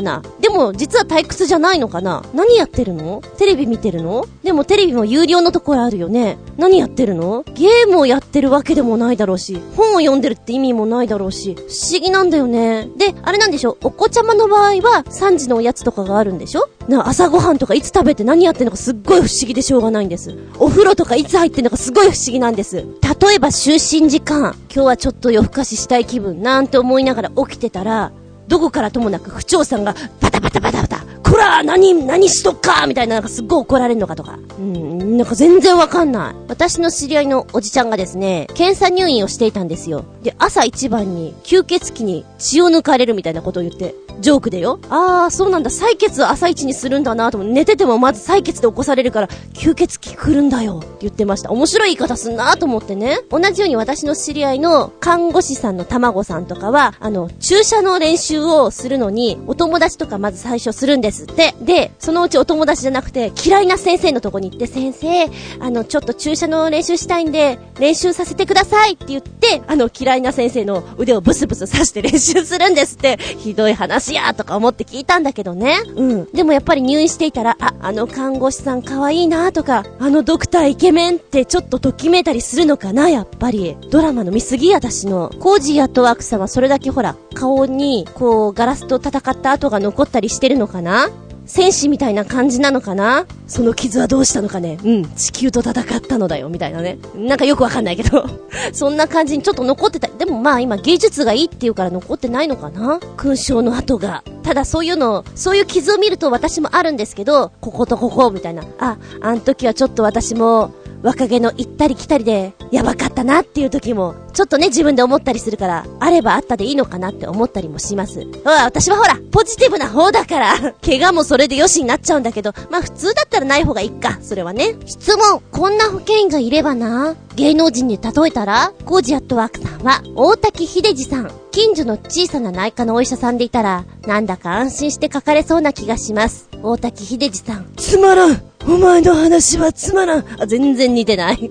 でも実は退屈じゃないのかな？何やってるの？テレビ見てるの？でもテレビも有料のところあるよね。何やってるの？ゲームをやってるわけでもないだろうし、本を読んでるって意味もないだろうし、不思議なんだよね。で、あれなんでしょ？お子ちゃまの場合は3時のおやつとかがあるんでしょ？朝ごはんとかいつ食べて何やってんのかすっごい不思議でしょうがないんです。お風呂とかいつ入ってんのかすごい不思議なんです。例えば就寝時間、今日はちょっと夜更かししたい気分なんて思いながら起きてたら、どこからともなく区長さんがバタバタバタバタ、こら何しとっかみたいな、なんかすっごい怒られるのかとか、なんか全然わかんない。私の知り合いのおじちゃんがですね、検査入院をしていたんですよ。で、朝一番に吸血鬼に血を抜かれるみたいなことを言って、ジョークでよ。そうなんだ、採血を朝一にするんだなと思って、寝ててもまず採血で起こされるから吸血鬼来るんだよって言ってました。面白い言い方すんなと思ってね。同じように私の知り合いの看護師さんの卵さんとかは、注射の練習をするのにお友達とかまず最初するんですって。で、そのうちお友達じゃなくて嫌いな先生のとこに行って、先生、ちょっと注射の練習したいんで練習させてくださいって言って、嫌いな先生の腕をブスブス刺して練習するんですって。ひどい話やとか思って聞いたんだけどね。でもやっぱり入院していたら、看護師さん可愛いなとか、ドクターイケメンってちょっとときめいたりするのかな。やっぱりドラマの見過ぎ、私のコージーアットワークさんはそれだけほら顔にこうガラスと戦った跡が残ったりしてるのかな。戦士みたいな感じなのかな。その傷はどうしたのかね。地球と戦ったのだよみたいなね。なんかよくわかんないけどそんな感じにちょっと残ってた。でもまあ今芸術がいいっていうから残ってないのかな、勲章の跡が。ただそういう傷を見ると私もあるんですけど、こことここみたいな、あの時はちょっと私も若気の行ったり来たりでやばかったなっていう時もちょっとね自分で思ったりするから、あればあったでいいのかなって思ったりもします。私はほらポジティブな方だから怪我もそれでよしになっちゃうんだけど、まあ普通だったらない方がいいか、それはね。質問、こんな保険医がいればな、芸能人に例えたら、コージアットワークさんは大滝秀治さん。近所の小さな内科のお医者さんでいたらなんだか安心して書かれそうな気がします。大滝秀治さん。つまらん、お前の話はつまらん。全然似てない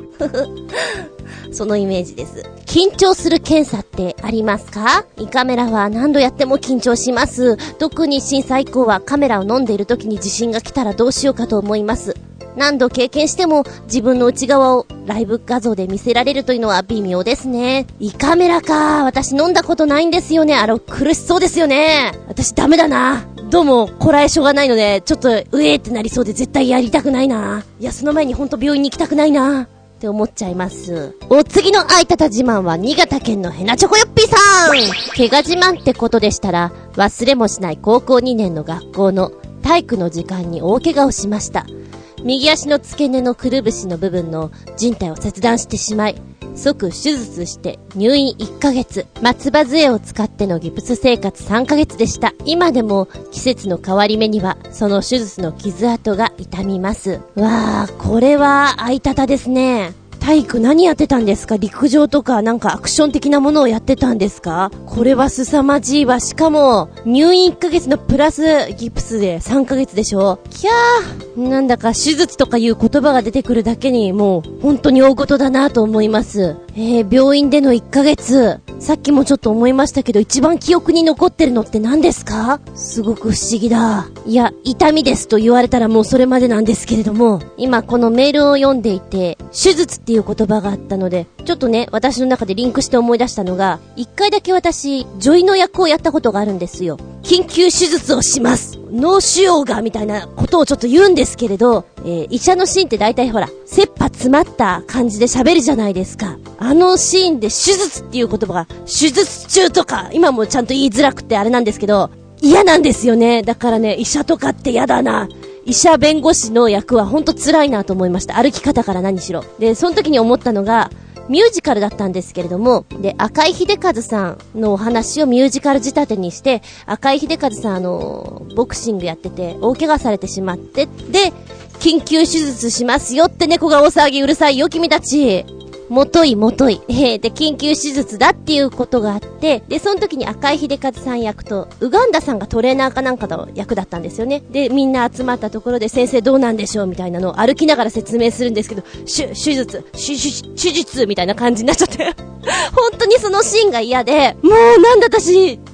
そのイメージです。緊張する検査ってありますか？胃カメラは何度やっても緊張します。特に審査以降はカメラを飲んでいる時に地震が来たらどうしようかと思います。何度経験しても自分の内側をライブ画像で見せられるというのは微妙ですね。胃カメラか、私飲んだことないんですよね。苦しそうですよね。私ダメだな。どうもこらえ性がないのでちょっとってなりそうで絶対やりたくないな。いや、その前にほんと病院に行きたくないなって思っちゃいます。お次のあいたた自慢は新潟県のヘナチョコヨッピーさん。怪我自慢ってことでしたら、忘れもしない高校2年の学校の体育の時間に大怪我をしました。右足の付け根のくるぶしの部分の靭帯を切断してしまい、即手術して入院1ヶ月、松葉杖を使ってのギプス生活3ヶ月でした。今でも季節の変わり目にはその手術の傷跡が痛みます。わー、これはあいたたですね。体育何やってたんですか？陸上とかなんかアクション的なものをやってたんですか？これは凄まじいわ。しかも入院1ヶ月のプラスギプスで3ヶ月でしょ。キャー、なんだか手術とかいう言葉が出てくるだけにもう本当に大事だなと思います。病院での1ヶ月、さっきもちょっと思いましたけど、一番記憶に残ってるのって何ですか？すごく不思議だ。いや、痛みですと言われたらもうそれまでなんですけれども、今このメールを読んでいて手術っていう言葉があったので、ちょっとね私の中でリンクして思い出したのが、一回だけ私女医の役をやったことがあるんですよ。緊急手術をします、脳腫瘍がみたいなことをちょっと言うんですけれど、医者のシーンって大体ほら切羽詰まった感じで喋るじゃないですか。あのシーンで手術っていう言葉が手術中とか今もちゃんと言いづらくてあれなんですけど、嫌なんですよね。だからね、医者とかって嫌だな。医者弁護士の役はほんと辛いなと思いました。歩き方から何しろ。で、その時に思ったのがミュージカルだったんですけれども、で、赤井秀和さんのお話をミュージカル仕立てにして、赤井秀和さんボクシングやってて大怪我されてしまって、で緊急手術しますよって猫が大騒ぎうるさいよ君たち。もとい。で、緊急手術だっていうことがあって、で、その時に赤井秀和さん役と、ウガンダさんがトレーナーかなんかの役だったんですよね。で、みんな集まったところで、先生どうなんでしょうみたいなのを歩きながら説明するんですけど、手術みたいな感じになっちゃって。本当にそのシーンが嫌で、もうなんで私、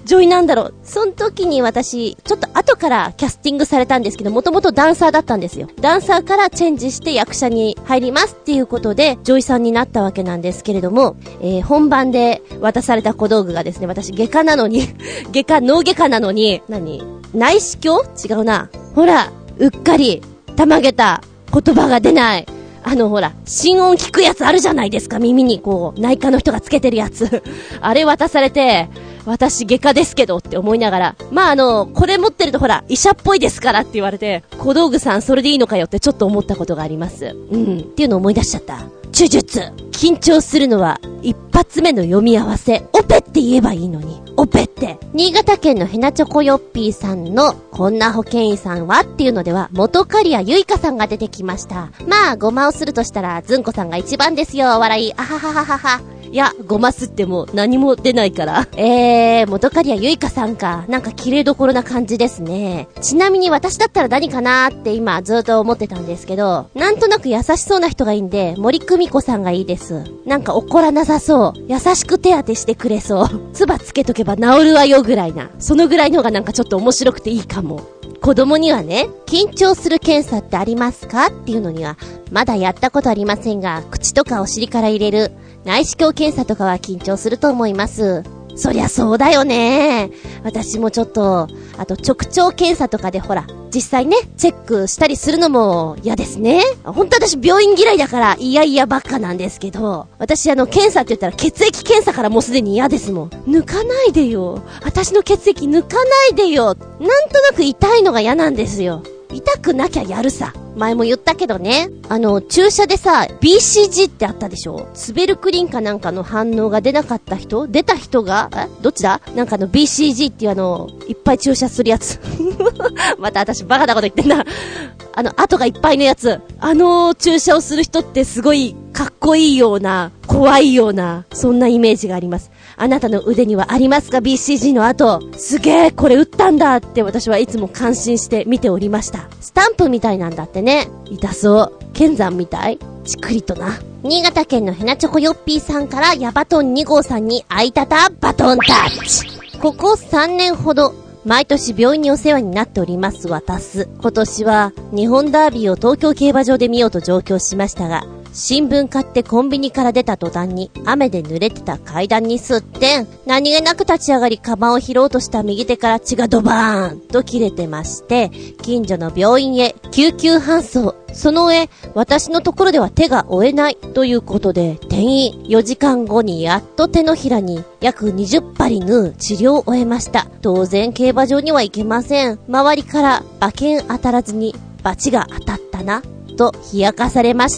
女医なんだろう。その時に私、ちょっと後からキャスティングされたんですけど、もともとダンサーだったんですよ。ダンサーからチェンジして役者に入りますっていうことで、女医さんになったわけなんですけれども、本番で渡された小道具がですね、私外科なのに、脳外科なのに、内視鏡？違うな。ほら、うっかり、たまげた言葉が出ない。ほら、心音聞くやつあるじゃないですか、耳にこう、内科の人がつけてるやつ。あれ渡されて、私外科ですけどって思いながら、これ持ってるとほら、医者っぽいですからって言われて、小道具さんそれでいいのかよってちょっと思ったことがあります。っていうのを思い出しちゃった。手術。緊張するのは、一発目の読み合わせ。オペって言えばいいのに。オペって。新潟県のヘナチョコヨッピーさんの、こんな保健医さんはっていうのでは、元カリアゆいかさんが出てきました。ごまをするとしたら、ずんこさんが一番ですよ、笑い。あははははは。いや、ごますっても何も出ないから。元カリアゆいかさんか。なんか綺麗どころな感じですね。ちなみに私だったら何かなーって今ずっと思ってたんですけど、なんとなく優しそうな人がいいんで、森久美子さんがいいです。なんか怒らなさそう。優しく手当てしてくれそう。唾つけとけば治るわよぐらいな。そのぐらいの方がなんかちょっと面白くていいかも。子供にはね、緊張する検査ってありますかっていうのには、まだやったことありませんが、口とかお尻から入れる内視鏡検査とかは緊張すると思います。そりゃそうだよね。私もちょっと、あと直腸検査とかでほら、実際ね、チェックしたりするのも嫌ですね。本当私病院嫌いだから、いやばっかなんですけど、私検査って言ったら血液検査からもうすでに嫌ですもん。抜かないでよ。私の血液抜かないでよ。なんとなく痛いのが嫌なんですよ。痛くなきゃやるさ。前も言ったけどね。注射でさ、BCG ってあったでしょ？スベルクリンかなんかの反応が出なかった人？出た人がどっちだ？なんかBCG っていういっぱい注射するやつ。また私バカなこと言ってんな。跡がいっぱいのやつ。注射をする人ってすごいかっこいいような、怖いような、そんなイメージがあります。あなたの腕にはありますか BCG の跡。すげー、これ打ったんだって私はいつも感心して見ておりました。スタンプみたいなんだってね。痛そう。剣山みたい？ちくりとな。新潟県のヘナチョコヨッピーさんからヤバトン2号さんに会いたたバトンタッチ。ここ3年ほど、毎年病院にお世話になっております私。今年は日本ダービーを東京競馬場で見ようと上京しましたが、新聞買ってコンビニから出た途端に雨で濡れてた階段にすってん。何気なく立ち上がりカバンを拾おうとした右手から血がドバーンと切れてまして、近所の病院へ救急搬送。その上、私のところでは手が負えないということで、転院4時間後にやっと手のひらに約20針縫う治療を終えました。当然競馬場には行けません。周りから馬券当たらずにバチが当たったなと冷やかされました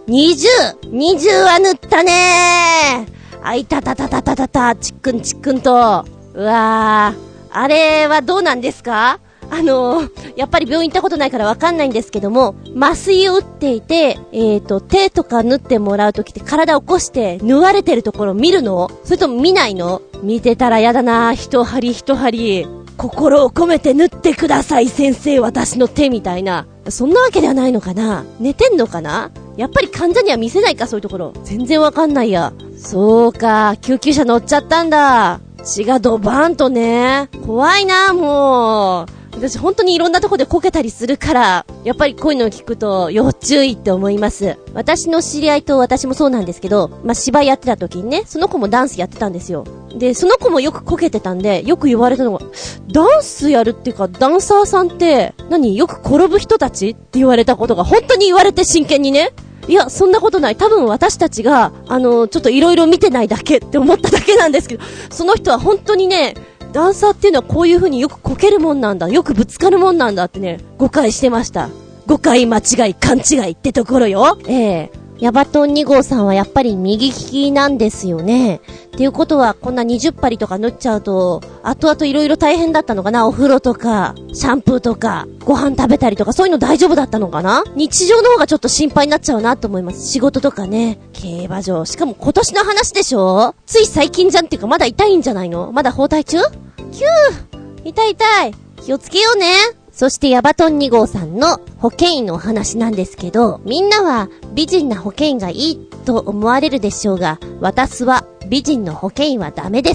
。20は塗ったねー。あいたたたたたたた、ちっくんと。うわー、あれはどうなんですか？やっぱり病院行ったことないからわかんないんですけども、麻酔を打っていて、手とか縫ってもらうときって体を起こして縫われてるところ見るの？それとも見ないの？見てたらやだな、一針。心を込めて縫ってください先生、私の手みたいな。そんなわけではないのかな？寝てんのかな？やっぱり患者には見せないか、そういうところ。全然わかんないや。そうか、救急車乗っちゃったんだ。血がドバーンとね。怖いな、もう。私本当にいろんなとこでこけたりするから、やっぱりこういうのを聞くと要注意って思います。私の知り合いと私もそうなんですけど、芝居やってた時にね、その子もダンスやってたんですよ。で、その子もよくこけてたんで、よく言われたのが、ダンスやるっていうか、ダンサーさんって、よく転ぶ人たちって言われたことが本当に言われて、真剣にね。いや、そんなことない。多分私たちが、ちょっといろいろ見てないだけって思っただけなんですけど、その人は本当にね、ダンサーっていうのはこういう風によくこけるもんなんだ、よくぶつかるもんなんだってね、誤解してました。誤解、間違い、勘違いってところよ。ヤバトン2号さんはやっぱり右利きなんですよね。っていうことはこんな20針とか縫っちゃうと、後々いろいろ大変だったのかな。お風呂とか、シャンプーとか、ご飯食べたりとか、そういうの大丈夫だったのかな。日常の方がちょっと心配になっちゃうなと思います。仕事とかね、競馬場。しかも今年の話でしょ？つい最近じゃんっていうか、まだ痛いんじゃないの？まだ包帯中？キュー！痛い。気をつけようね。そしてヤバトン2号さんの保健医のお話なんですけど、みんなは美人な保健医がいいと思われるでしょうが、私は美人の保健医はダメです。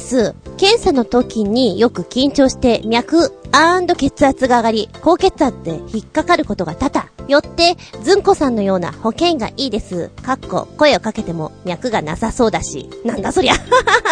検査の時によく緊張して脈&血圧が上がり、高血圧で引っかかることが多々。よって、ずんこさんのような保険がいいです。声をかけても脈がなさそうだし。なんだそりゃ。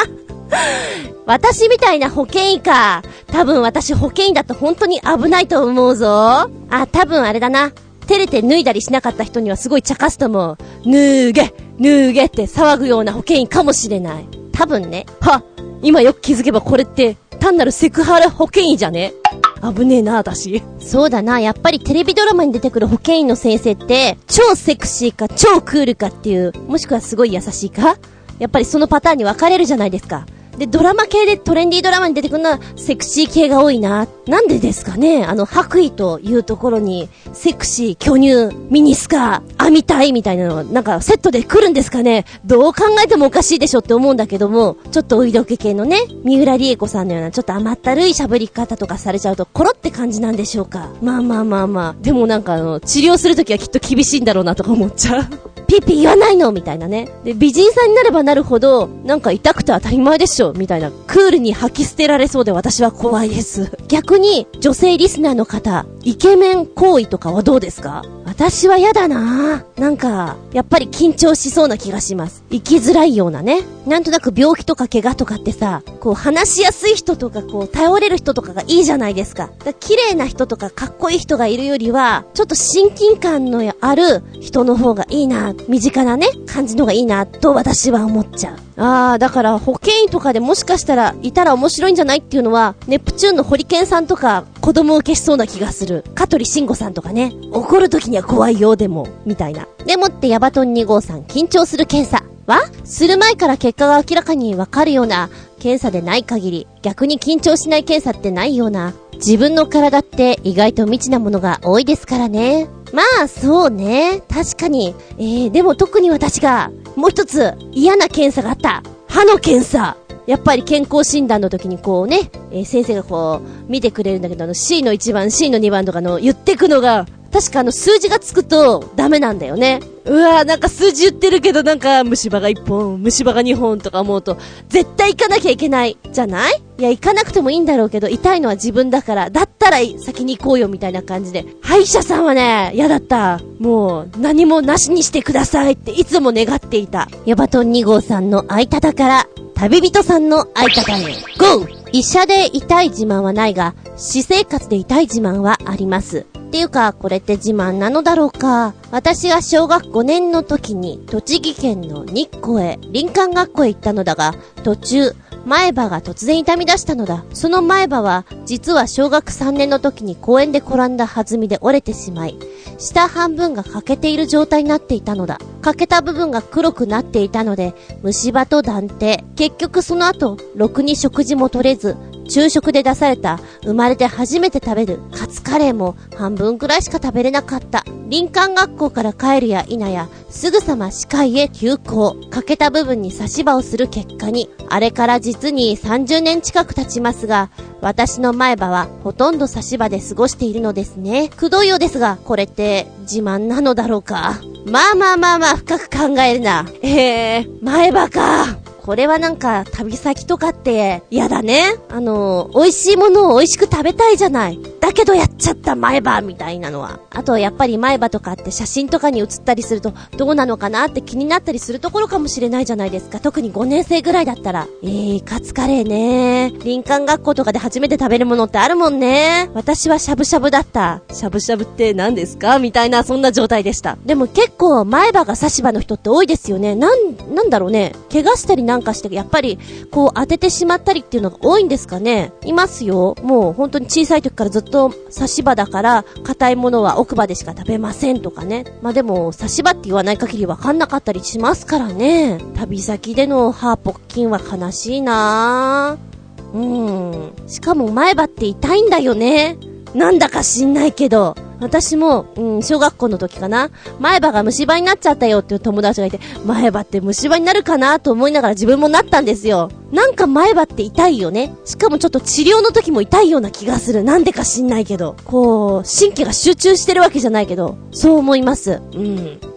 私みたいな保険医か。多分私保険医だと本当に危ないと思うぞ。多分あれだな。照れて脱いだりしなかった人にはすごい茶化すと思う。脱げって騒ぐような保険医かもしれない。多分ね。今よく気づけばこれって単なるセクハラ保険医じゃね？危ねえな、私。そうだな、やっぱりテレビドラマに出てくる保険医の先生って、超セクシーか超クールかっていう、もしくはすごい優しいか？やっぱりそのパターンに分かれるじゃないですか。で、ドラマ系でトレンディードラマに出てくるのはセクシー系が多いな。なんでですかね？白衣というところに、セクシー、巨乳、ミニスカ、網体みたいなのなんかセットで来るんですかね？どう考えてもおかしいでしょって思うんだけども、ちょっとお色気系のね、三浦理恵子さんのようなちょっと甘ったるい喋り方とかされちゃうとコロって感じなんでしょうか。まあ。でもなんか治療するときはきっと厳しいんだろうなとか思っちゃう。ピーピー言わないのみたいなね。で、美人さんになればなるほど、なんか痛くて当たり前でしょみたいな。クールに吐き捨てられそうで私は怖いです。逆に、女性リスナーの方、イケメン行為とかはどうですか？私は嫌だな。なんか、やっぱり緊張しそうな気がします。生きづらいようなね。なんとなく病気とか怪我とかってさ、こう話しやすい人とかこう頼れる人とかがいいじゃないですか。綺麗な人とかかっこいい人がいるよりは、ちょっと親近感のある人の方がいいな。身近なね、感じの方がいいな、と私は思っちゃう。だから保険医とかでもしかしたらいたら面白いんじゃないっていうのは、ネプチューンのホリケンさんとか子供受けしそうな気がする。香取慎吾さんとかね、怒るときには怖いよでもみたいな。でもってヤバトン2号さん、緊張する検査はする前から結果が明らかにわかるような検査でない限り、逆に緊張しない検査ってないような。自分の体って意外と未知なものが多いですからね。まあそうね、確かに。でも特に私がもう一つ嫌な検査があった。歯の検査。やっぱり健康診断の時にこうね、先生がこう見てくれるんだけど、C の1番 C の2番とかの言ってくのが、確か数字がつくとダメなんだよね。なんか数字言ってるけどなんか虫歯が1本、虫歯が2本とか思うと絶対行かなきゃいけないじゃない？いや行かなくてもいいんだろうけど、痛いのは自分だから、だったら先に行こうよみたいな感じで。歯医者さんはね、嫌だった。もう何もなしにしてくださいっていつも願っていた。ヤバトン2号さんの相方から旅人さんの相方へ GO！ 医者で痛い自慢はないが、私生活で痛い自慢はあります。っていうか、これって自慢なのだろうか。私が小学5年の時に栃木県の日光へ、林間学校へ行ったのだが、途中、前歯が突然痛み出したのだ。その前歯は、実は小学3年の時に公園で転んだ弾みで折れてしまい、下半分が欠けている状態になっていたのだ。欠けた部分が黒くなっていたので、虫歯と断定。結局その後、ろくに食事も取れず、昼食で出された生まれて初めて食べるカツカレーも半分くらいしか食べれなかった。林間学校から帰るや否やすぐさま歯科医へ急行。欠けた部分に差し歯をする結果に、あれから実に30年近く経ちますが、私の前歯はほとんど差し歯で過ごしているのですね。くどいようですが、これって自慢なのだろうか。まあ深く考えるな。前歯か。これはなんか旅先とかって嫌だね。美味しいものを美味しく食べたいじゃない。だけどやっちゃった前歯みたいなのは。あとやっぱり前歯とかって写真とかに写ったりするとどうなのかなって気になったりするところかもしれないじゃないですか。特に5年生ぐらいだったら。カツカレーね。林間学校とかで初めて食べるものってあるもんね。私はしゃぶしゃぶだった。しゃぶしゃぶって何ですかみたいなそんな状態でした。でも結構前歯が差し歯の人って多いですよね。なんだろうね。怪我したりなんかしてやっぱりこう当ててしまったりっていうのが多いんですかね。いますよ。もう本当に小さい時からずっと差し歯だから硬いものは奥歯でしか食べませんとかね。まあでも差し歯って言わない限りわかんなかったりしますからね。旅先での歯ポッキンは悲しいなぁ。しかも前歯って痛いんだよね。なんだか知んないけど。私も、小学校の時かな、前歯が虫歯になっちゃったよっていう友達がいて、前歯って虫歯になるかなと思いながら自分もなったんですよ。なんか前歯って痛いよね。しかもちょっと治療の時も痛いような気がする。なんでか知んないけど。こう、神経が集中してるわけじゃないけど、そう思います。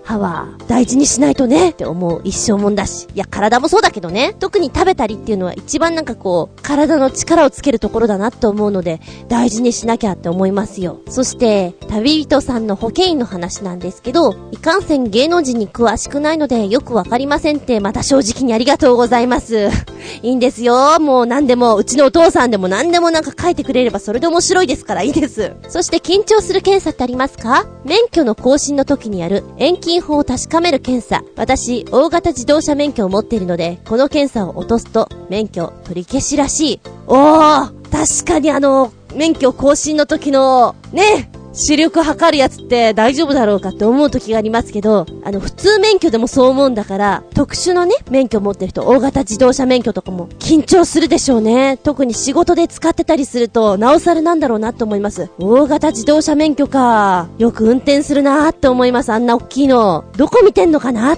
歯は大事にしないとねって思う一生もんだし。いや、体もそうだけどね。特に食べたりっていうのは一番なんかこう、体の力をつけるところだなって思うので、大事にしなきゃって思いますよ。そして、旅人さんの保険医の話なんですけど、いかんせん芸能人に詳しくないのでよくわかりませんって、また正直にありがとうございます。いいんですよ。もう何でも、うちのお父さんでも何でもなんか書いてくれればそれで面白いですからいいです。そして緊張する検査ってありますか？免許の更新の時にやる遠近法を確かめる検査。私、大型自動車免許を持っているので、この検査を落とすと免許取り消しらしい。おー、確かに免許更新の時のね、視力測るやつって大丈夫だろうかって思う時がありますけど、普通免許でもそう思うんだから、特殊のね、免許持ってる人、大型自動車免許とかも緊張するでしょうね。特に仕事で使ってたりすると、なおさらなんだろうなと思います。大型自動車免許か。よく運転するなーって思います。あんな大きいの。どこ見てんのかなって。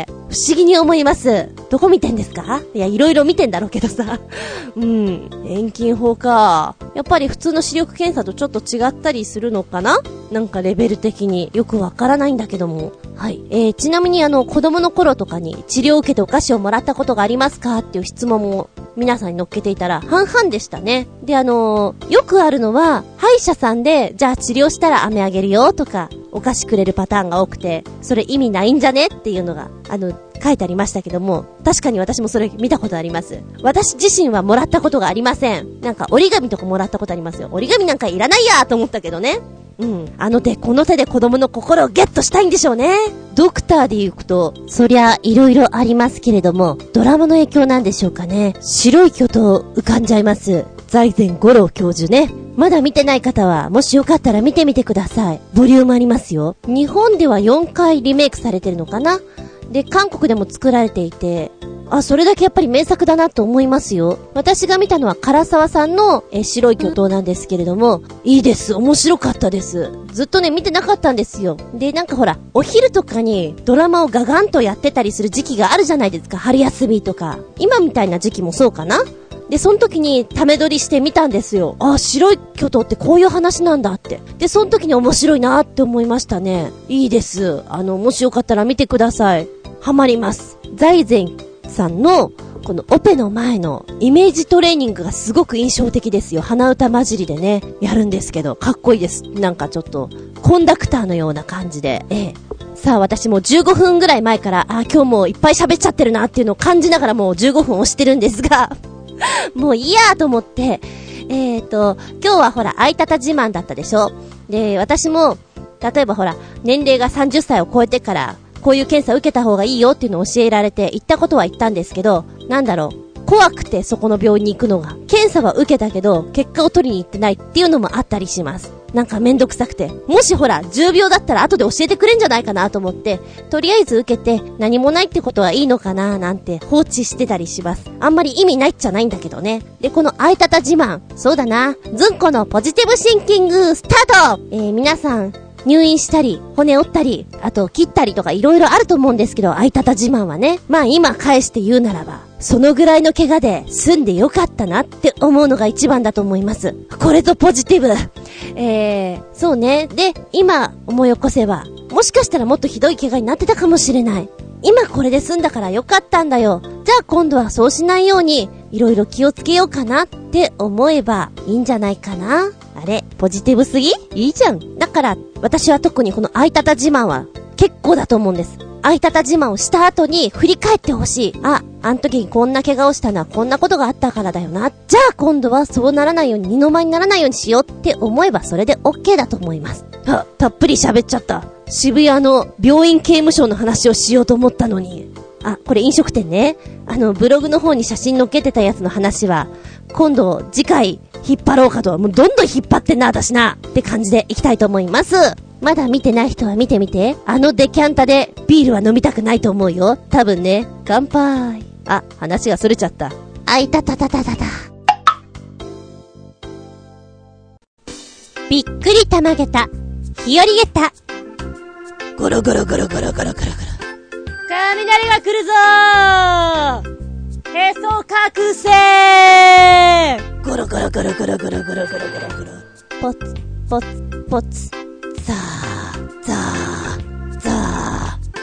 不思議に思います。どこ見てんですか？いや、いろいろ見てんだろうけどさ。遠近法か。やっぱり普通の視力検査とちょっと違ったりするのかな？なんかレベル的によくわからないんだけども。はい。ちなみに子供の頃とかに治療を受けてお菓子をもらったことがありますかっていう質問も皆さんに乗っけていたら半々でしたね。で、よくあるのは、歯医者さんで、じゃあ治療したら飴あげるよとか、お菓子くれるパターンが多くて、それ意味ないんじゃねっていうのが、書いてありましたけども、確かに私もそれ見たことあります。私自身はもらったことがありません。なんか折り紙とかもらったことありますよ。折り紙なんかいらないやと思ったけどね。あの手この手で子供の心をゲットしたいんでしょうね。ドクターで言うと、そりゃいろいろありますけれども、ドラマの影響なんでしょうかね。白い巨塔浮かんじゃいます。財前五郎教授ね。まだ見てない方は、もしよかったら見てみてください。ボリュームありますよ。日本では4回リメイクされてるのかな。で、韓国でも作られていて、それだけやっぱり名作だなと思いますよ。私が見たのは唐沢さんの白い巨塔なんですけれども、いいです。面白かったです。ずっとね、見てなかったんですよ。で、なんかほら、お昼とかにドラマをガガンとやってたりする時期があるじゃないですか。春休みとか。今みたいな時期もそうかな。で、その時にため撮りして見たんですよ。白い巨塔ってこういう話なんだって。で、その時に面白いなって思いましたね。いいです。もしよかったら見てください。ハマります。財前さんのこのオペの前のイメージトレーニングがすごく印象的ですよ。鼻歌混じりでね、やるんですけど、かっこいいです。なんかちょっと、コンダクターのような感じで、さあ私も15分ぐらい前から、今日もいっぱい喋っちゃってるなっていうのを感じながらもう15分押してるんですが、もういいやと思って、今日はほら、あいたた自慢だったでしょ。で、私も、例えばほら、年齢が30歳を超えてから、こういう検査受けた方がいいよっていうのを教えられて、行ったことは言ったんですけど、なんだろう、怖くてそこの病院に行くのが。検査は受けたけど、結果を取りに行ってないっていうのもあったりします。なんかめんどくさくて。もしほら、10秒だったら後で教えてくれんじゃないかなと思って、とりあえず受けて、何もないってことはいいのかななんて放置してたりします。あんまり意味ないっちゃないんだけどね。で、このあいたた自慢。そうだな。ずんこのポジティブシンキングスタート。皆さん、入院したり、骨折ったり、あと切ったりとかいろいろあると思うんですけど、あいたた自慢はね。まあ今返して言うならば、そのぐらいの怪我で済んでよかったなって思うのが一番だと思います。これぞポジティブ。そうね。で、今思い起こせば、もしかしたらもっとひどい怪我になってたかもしれない。今これで済んだからよかったんだよ。じゃあ今度はそうしないように、いろいろ気をつけようかなって思えばいいんじゃないかな。あれ、ポジティブすぎ？いいじゃん。だから、私は特にこのあいたた自慢は結構だと思うんです。あいたた自慢をした後に振り返ってほしい。あの時にこんな怪我をしたのはこんなことがあったからだよな。じゃあ今度はそうならないように、二の舞にならないようにしようって思えばそれで OK だと思います。たっぷり喋っちゃった。渋谷の病院刑務所の話をしようと思ったのに。これ飲食店ね。ブログの方に写真載っけてたやつの話は、今度次回引っ張ろうかと。もうどんどん引っ張ってんな、私な。って感じでいきたいと思います。まだ見てない人は見てみて。デキャンタでビールは飲みたくないと思うよ。多分ね。乾杯。話がそれちゃった。あいたたたたたた。びっくりたまげた。日和げた。ゴロゴロゴロゴロゴロゴロゴロ。雷が来るぞー。へそ覚醒。ゴロゴロゴロゴロゴロゴロゴロゴロゴロ。ポツポツポツ。ザーザーザー。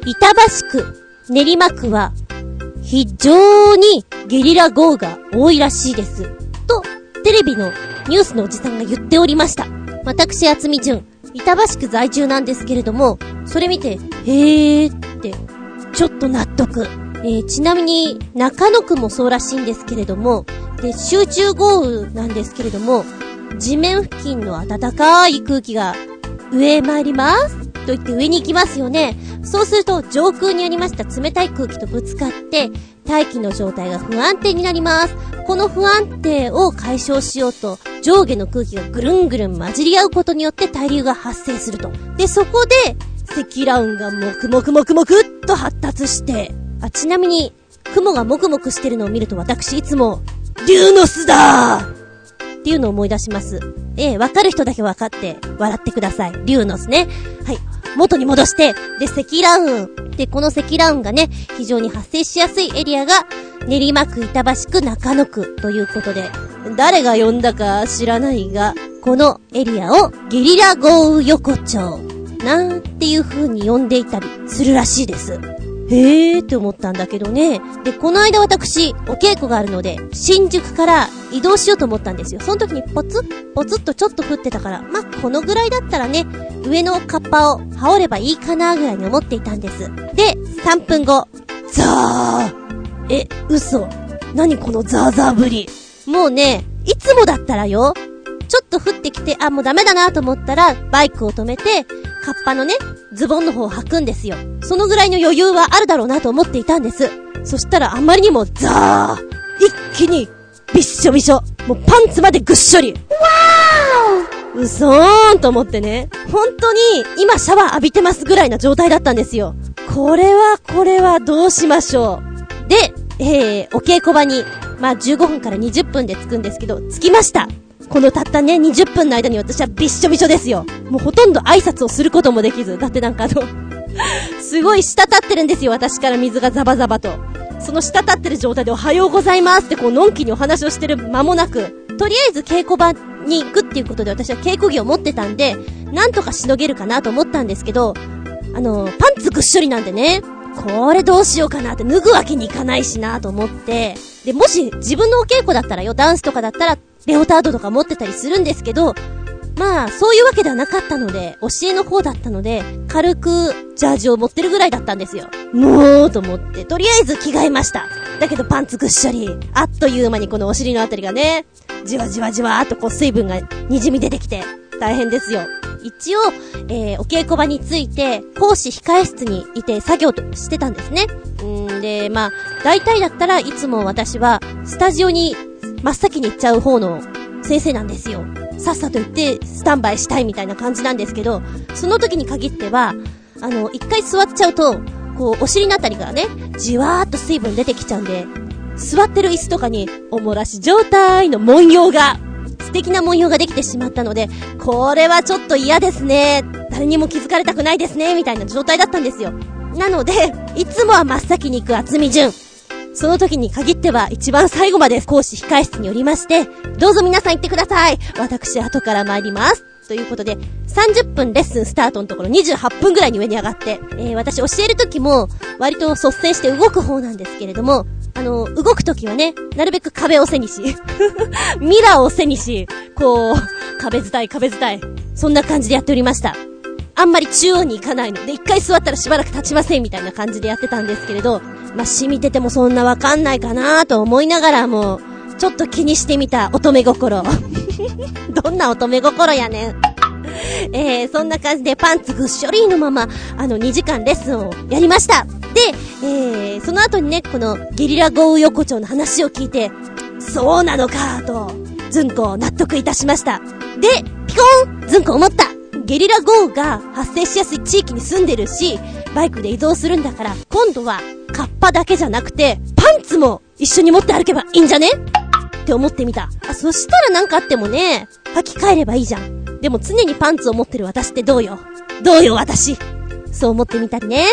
板橋区、練馬区は、非常にゲリラ豪雨が多いらしいです。と、テレビのニュースのおじさんが言っておりました。私、厚み純、板橋区在住なんですけれども、それ見て、へーって、ちょっと納得。ちなみに、中野区もそうらしいんですけれども、で、集中豪雨なんですけれども、地面付近の暖かい空気が上へ参りますと言って上に行きますよね。そうすると上空にありました冷たい空気とぶつかって大気の状態が不安定になります。この不安定を解消しようと上下の空気がぐるんぐるん混じり合うことによって対流が発生すると。で、そこで積乱雲がもくもくもくもくっと発達して、ちなみに雲がもくもくしてるのを見ると私いつも竜の巣だーっていうのを思い出します。わかる人だけわかって笑ってください。竜の巣ね。はい。元に戻して、で、積乱雲。で、この積乱雲がね、非常に発生しやすいエリアが、練馬区、板橋区、中野区ということで、誰が呼んだか知らないが、このエリアをゲリラ豪雨横丁なんていう風に呼んでいたりするらしいです。へーって思ったんだけどね。で、この間私、お稽古があるので、新宿から移動しようと思ったんですよ。その時にポツッとちょっと降ってたから、このぐらいだったらね、上のカッパを羽織ればいいかなぐらいに思っていたんです。で、3分後、ザー。嘘。何このザーザーぶり。もうね、いつもだったらよ、ちょっと降ってきて、もうダメだなと思ったら、バイクを止めて、カッパのね、ズボンの方を履くんですよ。そのぐらいの余裕はあるだろうなと思っていたんです。そしたらあまりにもザー、一気にびっしょびしょ、もうパンツまでぐっしょり。わー、うそーんと思ってね、本当に今シャワー浴びてますぐらいな状態だったんですよ。これはどうしましょう。で、お稽古場に15分から20分で着くんですけど、着きました。このたったね、20分の間に私はびっしょびしょですよ。もうほとんど挨拶をすることもできず。だってすごい滴ってるんですよ、私から水がザバザバと。その滴ってる状態でおはようございますってこう、のんきにお話をしてる間もなく、とりあえず稽古場に行くっていうことで私は稽古着を持ってたんで、なんとかしのげるかなと思ったんですけど、パンツぐっしょりなんでね、これどうしようかなって脱ぐわけにいかないしなと思って、で、もし自分のお稽古だったらよ、ダンスとかだったら、レオタードとか持ってたりするんですけど、そういうわけではなかったので、教えの方だったので、軽くジャージを持ってるぐらいだったんですよ。もうと思って、とりあえず着替えました。だけどパンツぐっしょり、あっという間にこのお尻のあたりがね、じわじわじわーっとこう水分が滲み出てきて、大変ですよ。一応、お稽古場について、講師控え室にいて作業としてたんですね。で、大体だったらいつも私は、スタジオに真っ先に行っちゃう方の先生なんですよ。さっさと行ってスタンバイしたいみたいな感じなんですけど、その時に限っては、一回座っちゃうと、こう、お尻のあたりがね、じわーっと水分出てきちゃうんで、座ってる椅子とかに、おもらし状態の文様が、素敵な文様ができてしまったので、これはちょっと嫌ですね。誰にも気づかれたくないですね。みたいな状態だったんですよ。なので、いつもは真っ先に行く厚み順。その時に限っては一番最後まで講師控室におりまして、どうぞ皆さん行ってください。私後から参ります。ということで、30分レッスンスタートのところ28分ぐらいに上に上がって、私教える時も割と率先して動く方なんですけれども、動く時はね、なるべく壁を背にし、ミラーを背にし、こう、壁伝い、そんな感じでやっておりました。あんまり中央に行かないので、一回座ったらしばらく立ちませんみたいな感じでやってたんですけれど、染みててもそんなわかんないかなと思いながらも、ちょっと気にしてみた乙女心。どんな乙女心やねん。そんな感じでパンツぐっしょりのまま、2時間レッスンをやりました。で、その後にね、このゲリラ豪雨横丁の話を聞いて、そうなのかと、ずんこ納得いたしました。で、ピコーンずんこ思った。ゲリラ豪雨が発生しやすい地域に住んでるし、バイクで移動するんだから、今度はカッパだけじゃなくて、パンツも一緒に持って歩けばいいんじゃねって思ってみた。そしたらなんかあってもね、履き替えればいいじゃん。でも常にパンツを持ってる私ってどうよ私。そう思ってみたりね。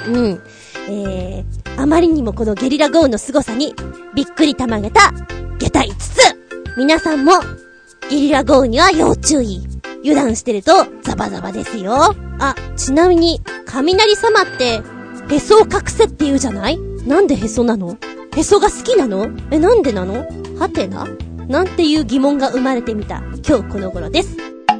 あまりにもこのゲリラ豪雨の凄さにびっくりたまげた下駄5つ。皆さんもゲリラ豪雨には要注意。油断してるとザバザバですよ。ちなみに雷様ってへそを隠せって言うじゃない？なんでへそなの？へそが好きなの？なんでなの？はてな？なんていう疑問が生まれてみた今日この頃です。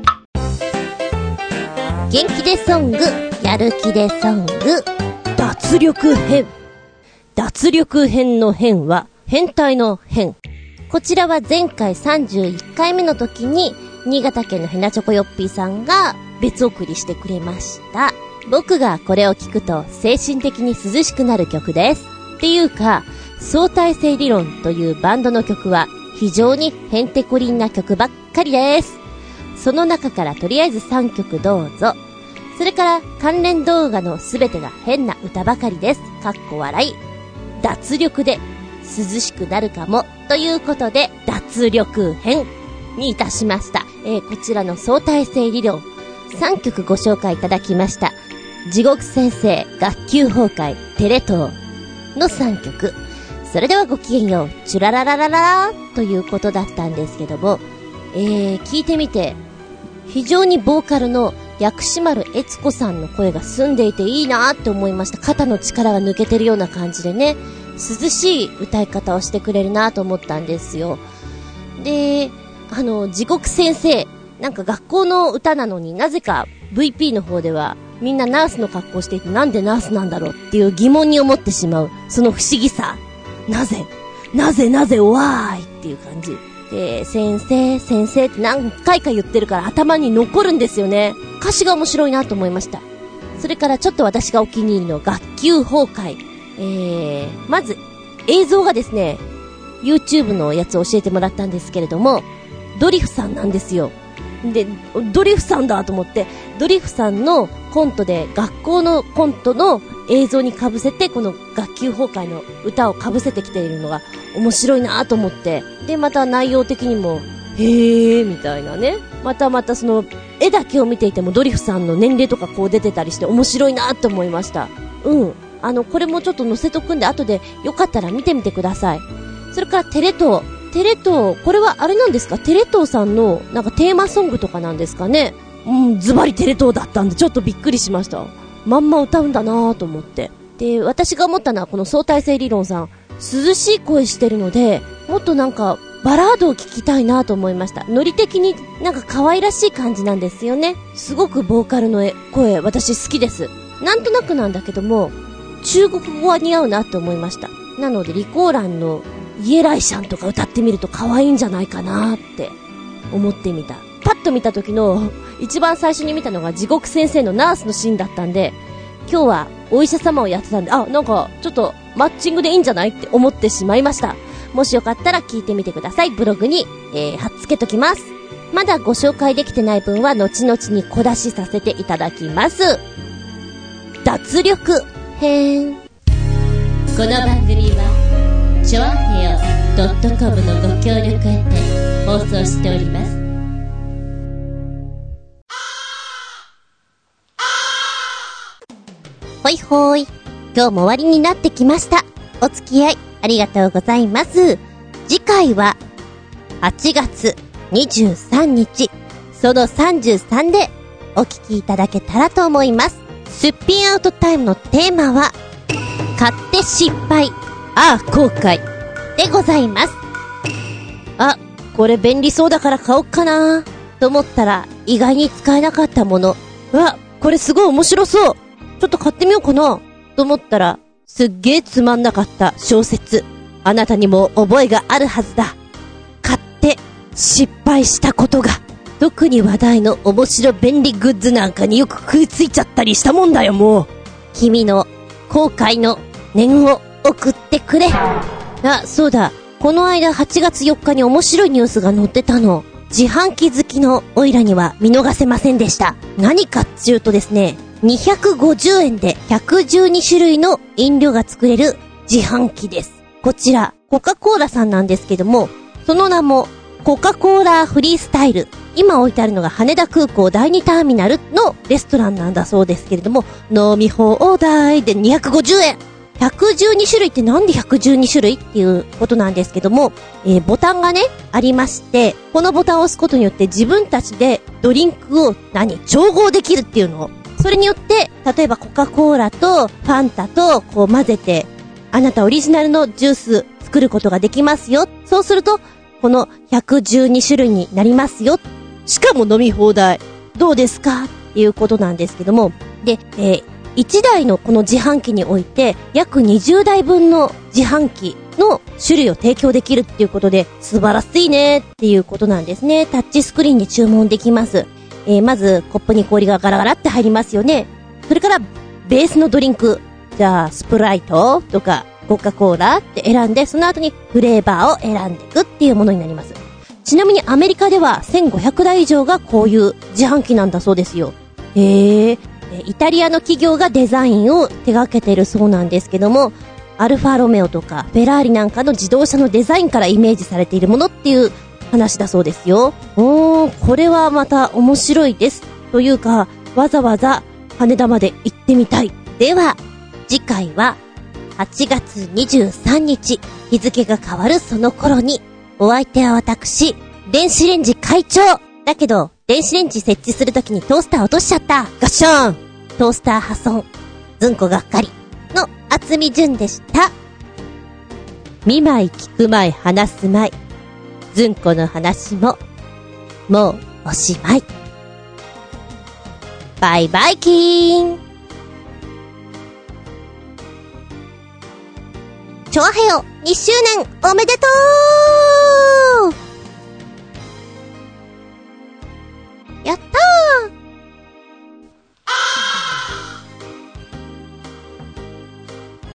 元気でソング、やる気でソング、脱力編。脱力編の編は変態の編。こちらは前回31回目の時に新潟県のヘナチョコヨッピーさんが別送りしてくれました。僕がこれを聞くと精神的に涼しくなる曲です。っていうか、相対性理論というバンドの曲は非常にヘンテコリンな曲ばっかりです。その中からとりあえず3曲どうぞ。それから関連動画のすべてが変な歌ばかりです。かっこ笑い。脱力で涼しくなるかもということで脱力編にいたしました。こちらの相対性理論3曲ご紹介いただきました。地獄先生、学級崩壊、テレ東の3曲。それではごきげんよう、チュラララララということだったんですけども、聞いてみて非常にボーカルの薬師丸悦子さんの声が澄んでいていいなって思いました。肩の力が抜けてるような感じでね、涼しい歌い方をしてくれるなと思ったんですよ。で、地獄先生、なんか学校の歌なのになぜか VP の方ではみんなナースの格好をしていて、なんでナースなんだろうっていう疑問に思ってしまうその不思議さ。なぜわーいっていう感じで、先生って何回か言ってるから頭に残るんですよね。歌詞が面白いなと思いました。それからちょっと私がお気に入りの学級崩壊、まず映像がですね YouTube のやつを教えてもらったんですけれども、ドリフさんなんですよ。で、ドリフさんだと思って、ドリフさんのコントで学校のコントの映像に被せて、この学級崩壊の歌を被せてきているのが面白いなと思って、でまた内容的にもへーみたいなね、またその絵だけを見ていてもドリフさんの年齢とかこう出てたりして面白いなと思いました。これもちょっと載せとくんで後でよかったら見てみてください。それからテレ東、これはあれなんですか？テレ東さんのなんかテーマソングとかなんですかね。ズバリテレ東だったんでちょっとびっくりしました。まんま歌うんだなと思って。で、私が思ったのはこの相対性理論さん、涼しい声してるので、もっとなんかバラードを聴きたいなと思いました。ノリ的になんか可愛らしい感じなんですよね。すごくボーカルの声、私好きです。なんとなくなんだけども、中国語は似合うなって思いました。なのでリコーランのイエライシャンとか歌ってみると可愛いんじゃないかなって思ってみた。パッと見た時の一番最初に見たのが地獄先生のナースのシーンだったんで、今日はお医者様をやってたんで、なんかちょっとマッチングでいいんじゃないって思ってしまいました。もしよかったら聞いてみてください。ブログに、貼っつけときます。まだご紹介できてない分は後々に小出しさせていただきます。脱力編。 この番組はちょあへよ .com のご協力へて放送しております。 ほいほい、今日も終わりになってきました。お付き合いありがとうございます。次回は8月23日、その33でお聞きいただけたらと思います。すっぴんアウトタイムのテーマは買って失敗、後悔でございます。これ便利そうだから買おっかなと思ったら意外に使えなかったもの、これすごい面白そう、ちょっと買ってみようかなと思ったらすっげーつまんなかった小説。あなたにも覚えがあるはずだ。買って失敗したことが。特に話題の面白便利グッズなんかによく食いついちゃったりしたもんだよ。もう君の後悔の念を送ってくれ。そうだ、この間8月4日に面白いニュースが載ってたの。自販機好きのオイラには見逃せませんでした。何かっていうとですね、250円で112種類の飲料が作れる自販機です。こちらコカ・コーラさんなんですけども、その名もコカ・コーラフリースタイル。今置いてあるのが羽田空港第2ターミナルのレストランなんだそうですけれども、飲み放題で250円。112種類ってなんで112種類っていうことなんですけども、ボタンがねありまして、このボタンを押すことによって自分たちでドリンクを調合できるっていうのをそれによって、例えばコカ・コーラとファンタとこう混ぜて、あなたオリジナルのジュース作ることができますよ。そうすると、この112種類になりますよ。しかも飲み放題。どうですかっていうことなんですけども。で、1台のこの自販機において、約20台分の自販機の種類を提供できるっていうことで、素晴らしいねっていうことなんですね。タッチスクリーンで注文できます。まず、コップに氷がガラガラって入りますよね。それから、ベースのドリンク。じゃあ、スプライトとか、コカ・コーラって選んで、その後にフレーバーを選んでいくっていうものになります。ちなみにアメリカでは1500台以上がこういう自販機なんだそうですよ。イタリアの企業がデザインを手掛けているそうなんですけども、アルファロメオとかフェラーリなんかの自動車のデザインからイメージされているものっていう話だそうですよ。これはまた面白いです。というか、わざわざ羽田まで行ってみたい。では、次回は8月23日、日付が変わるその頃に、お相手は私、電子レンジ会長。だけど、電子レンジ設置するときにトースター落としちゃった。ガッシャーン。トースター破損。ずんこがっかり。の厚み順でした。見舞い聞く舞い話す舞い。ずんこの話も、もうおしまい。バイバイキーン。チョアヘヨ2周年おめでとう。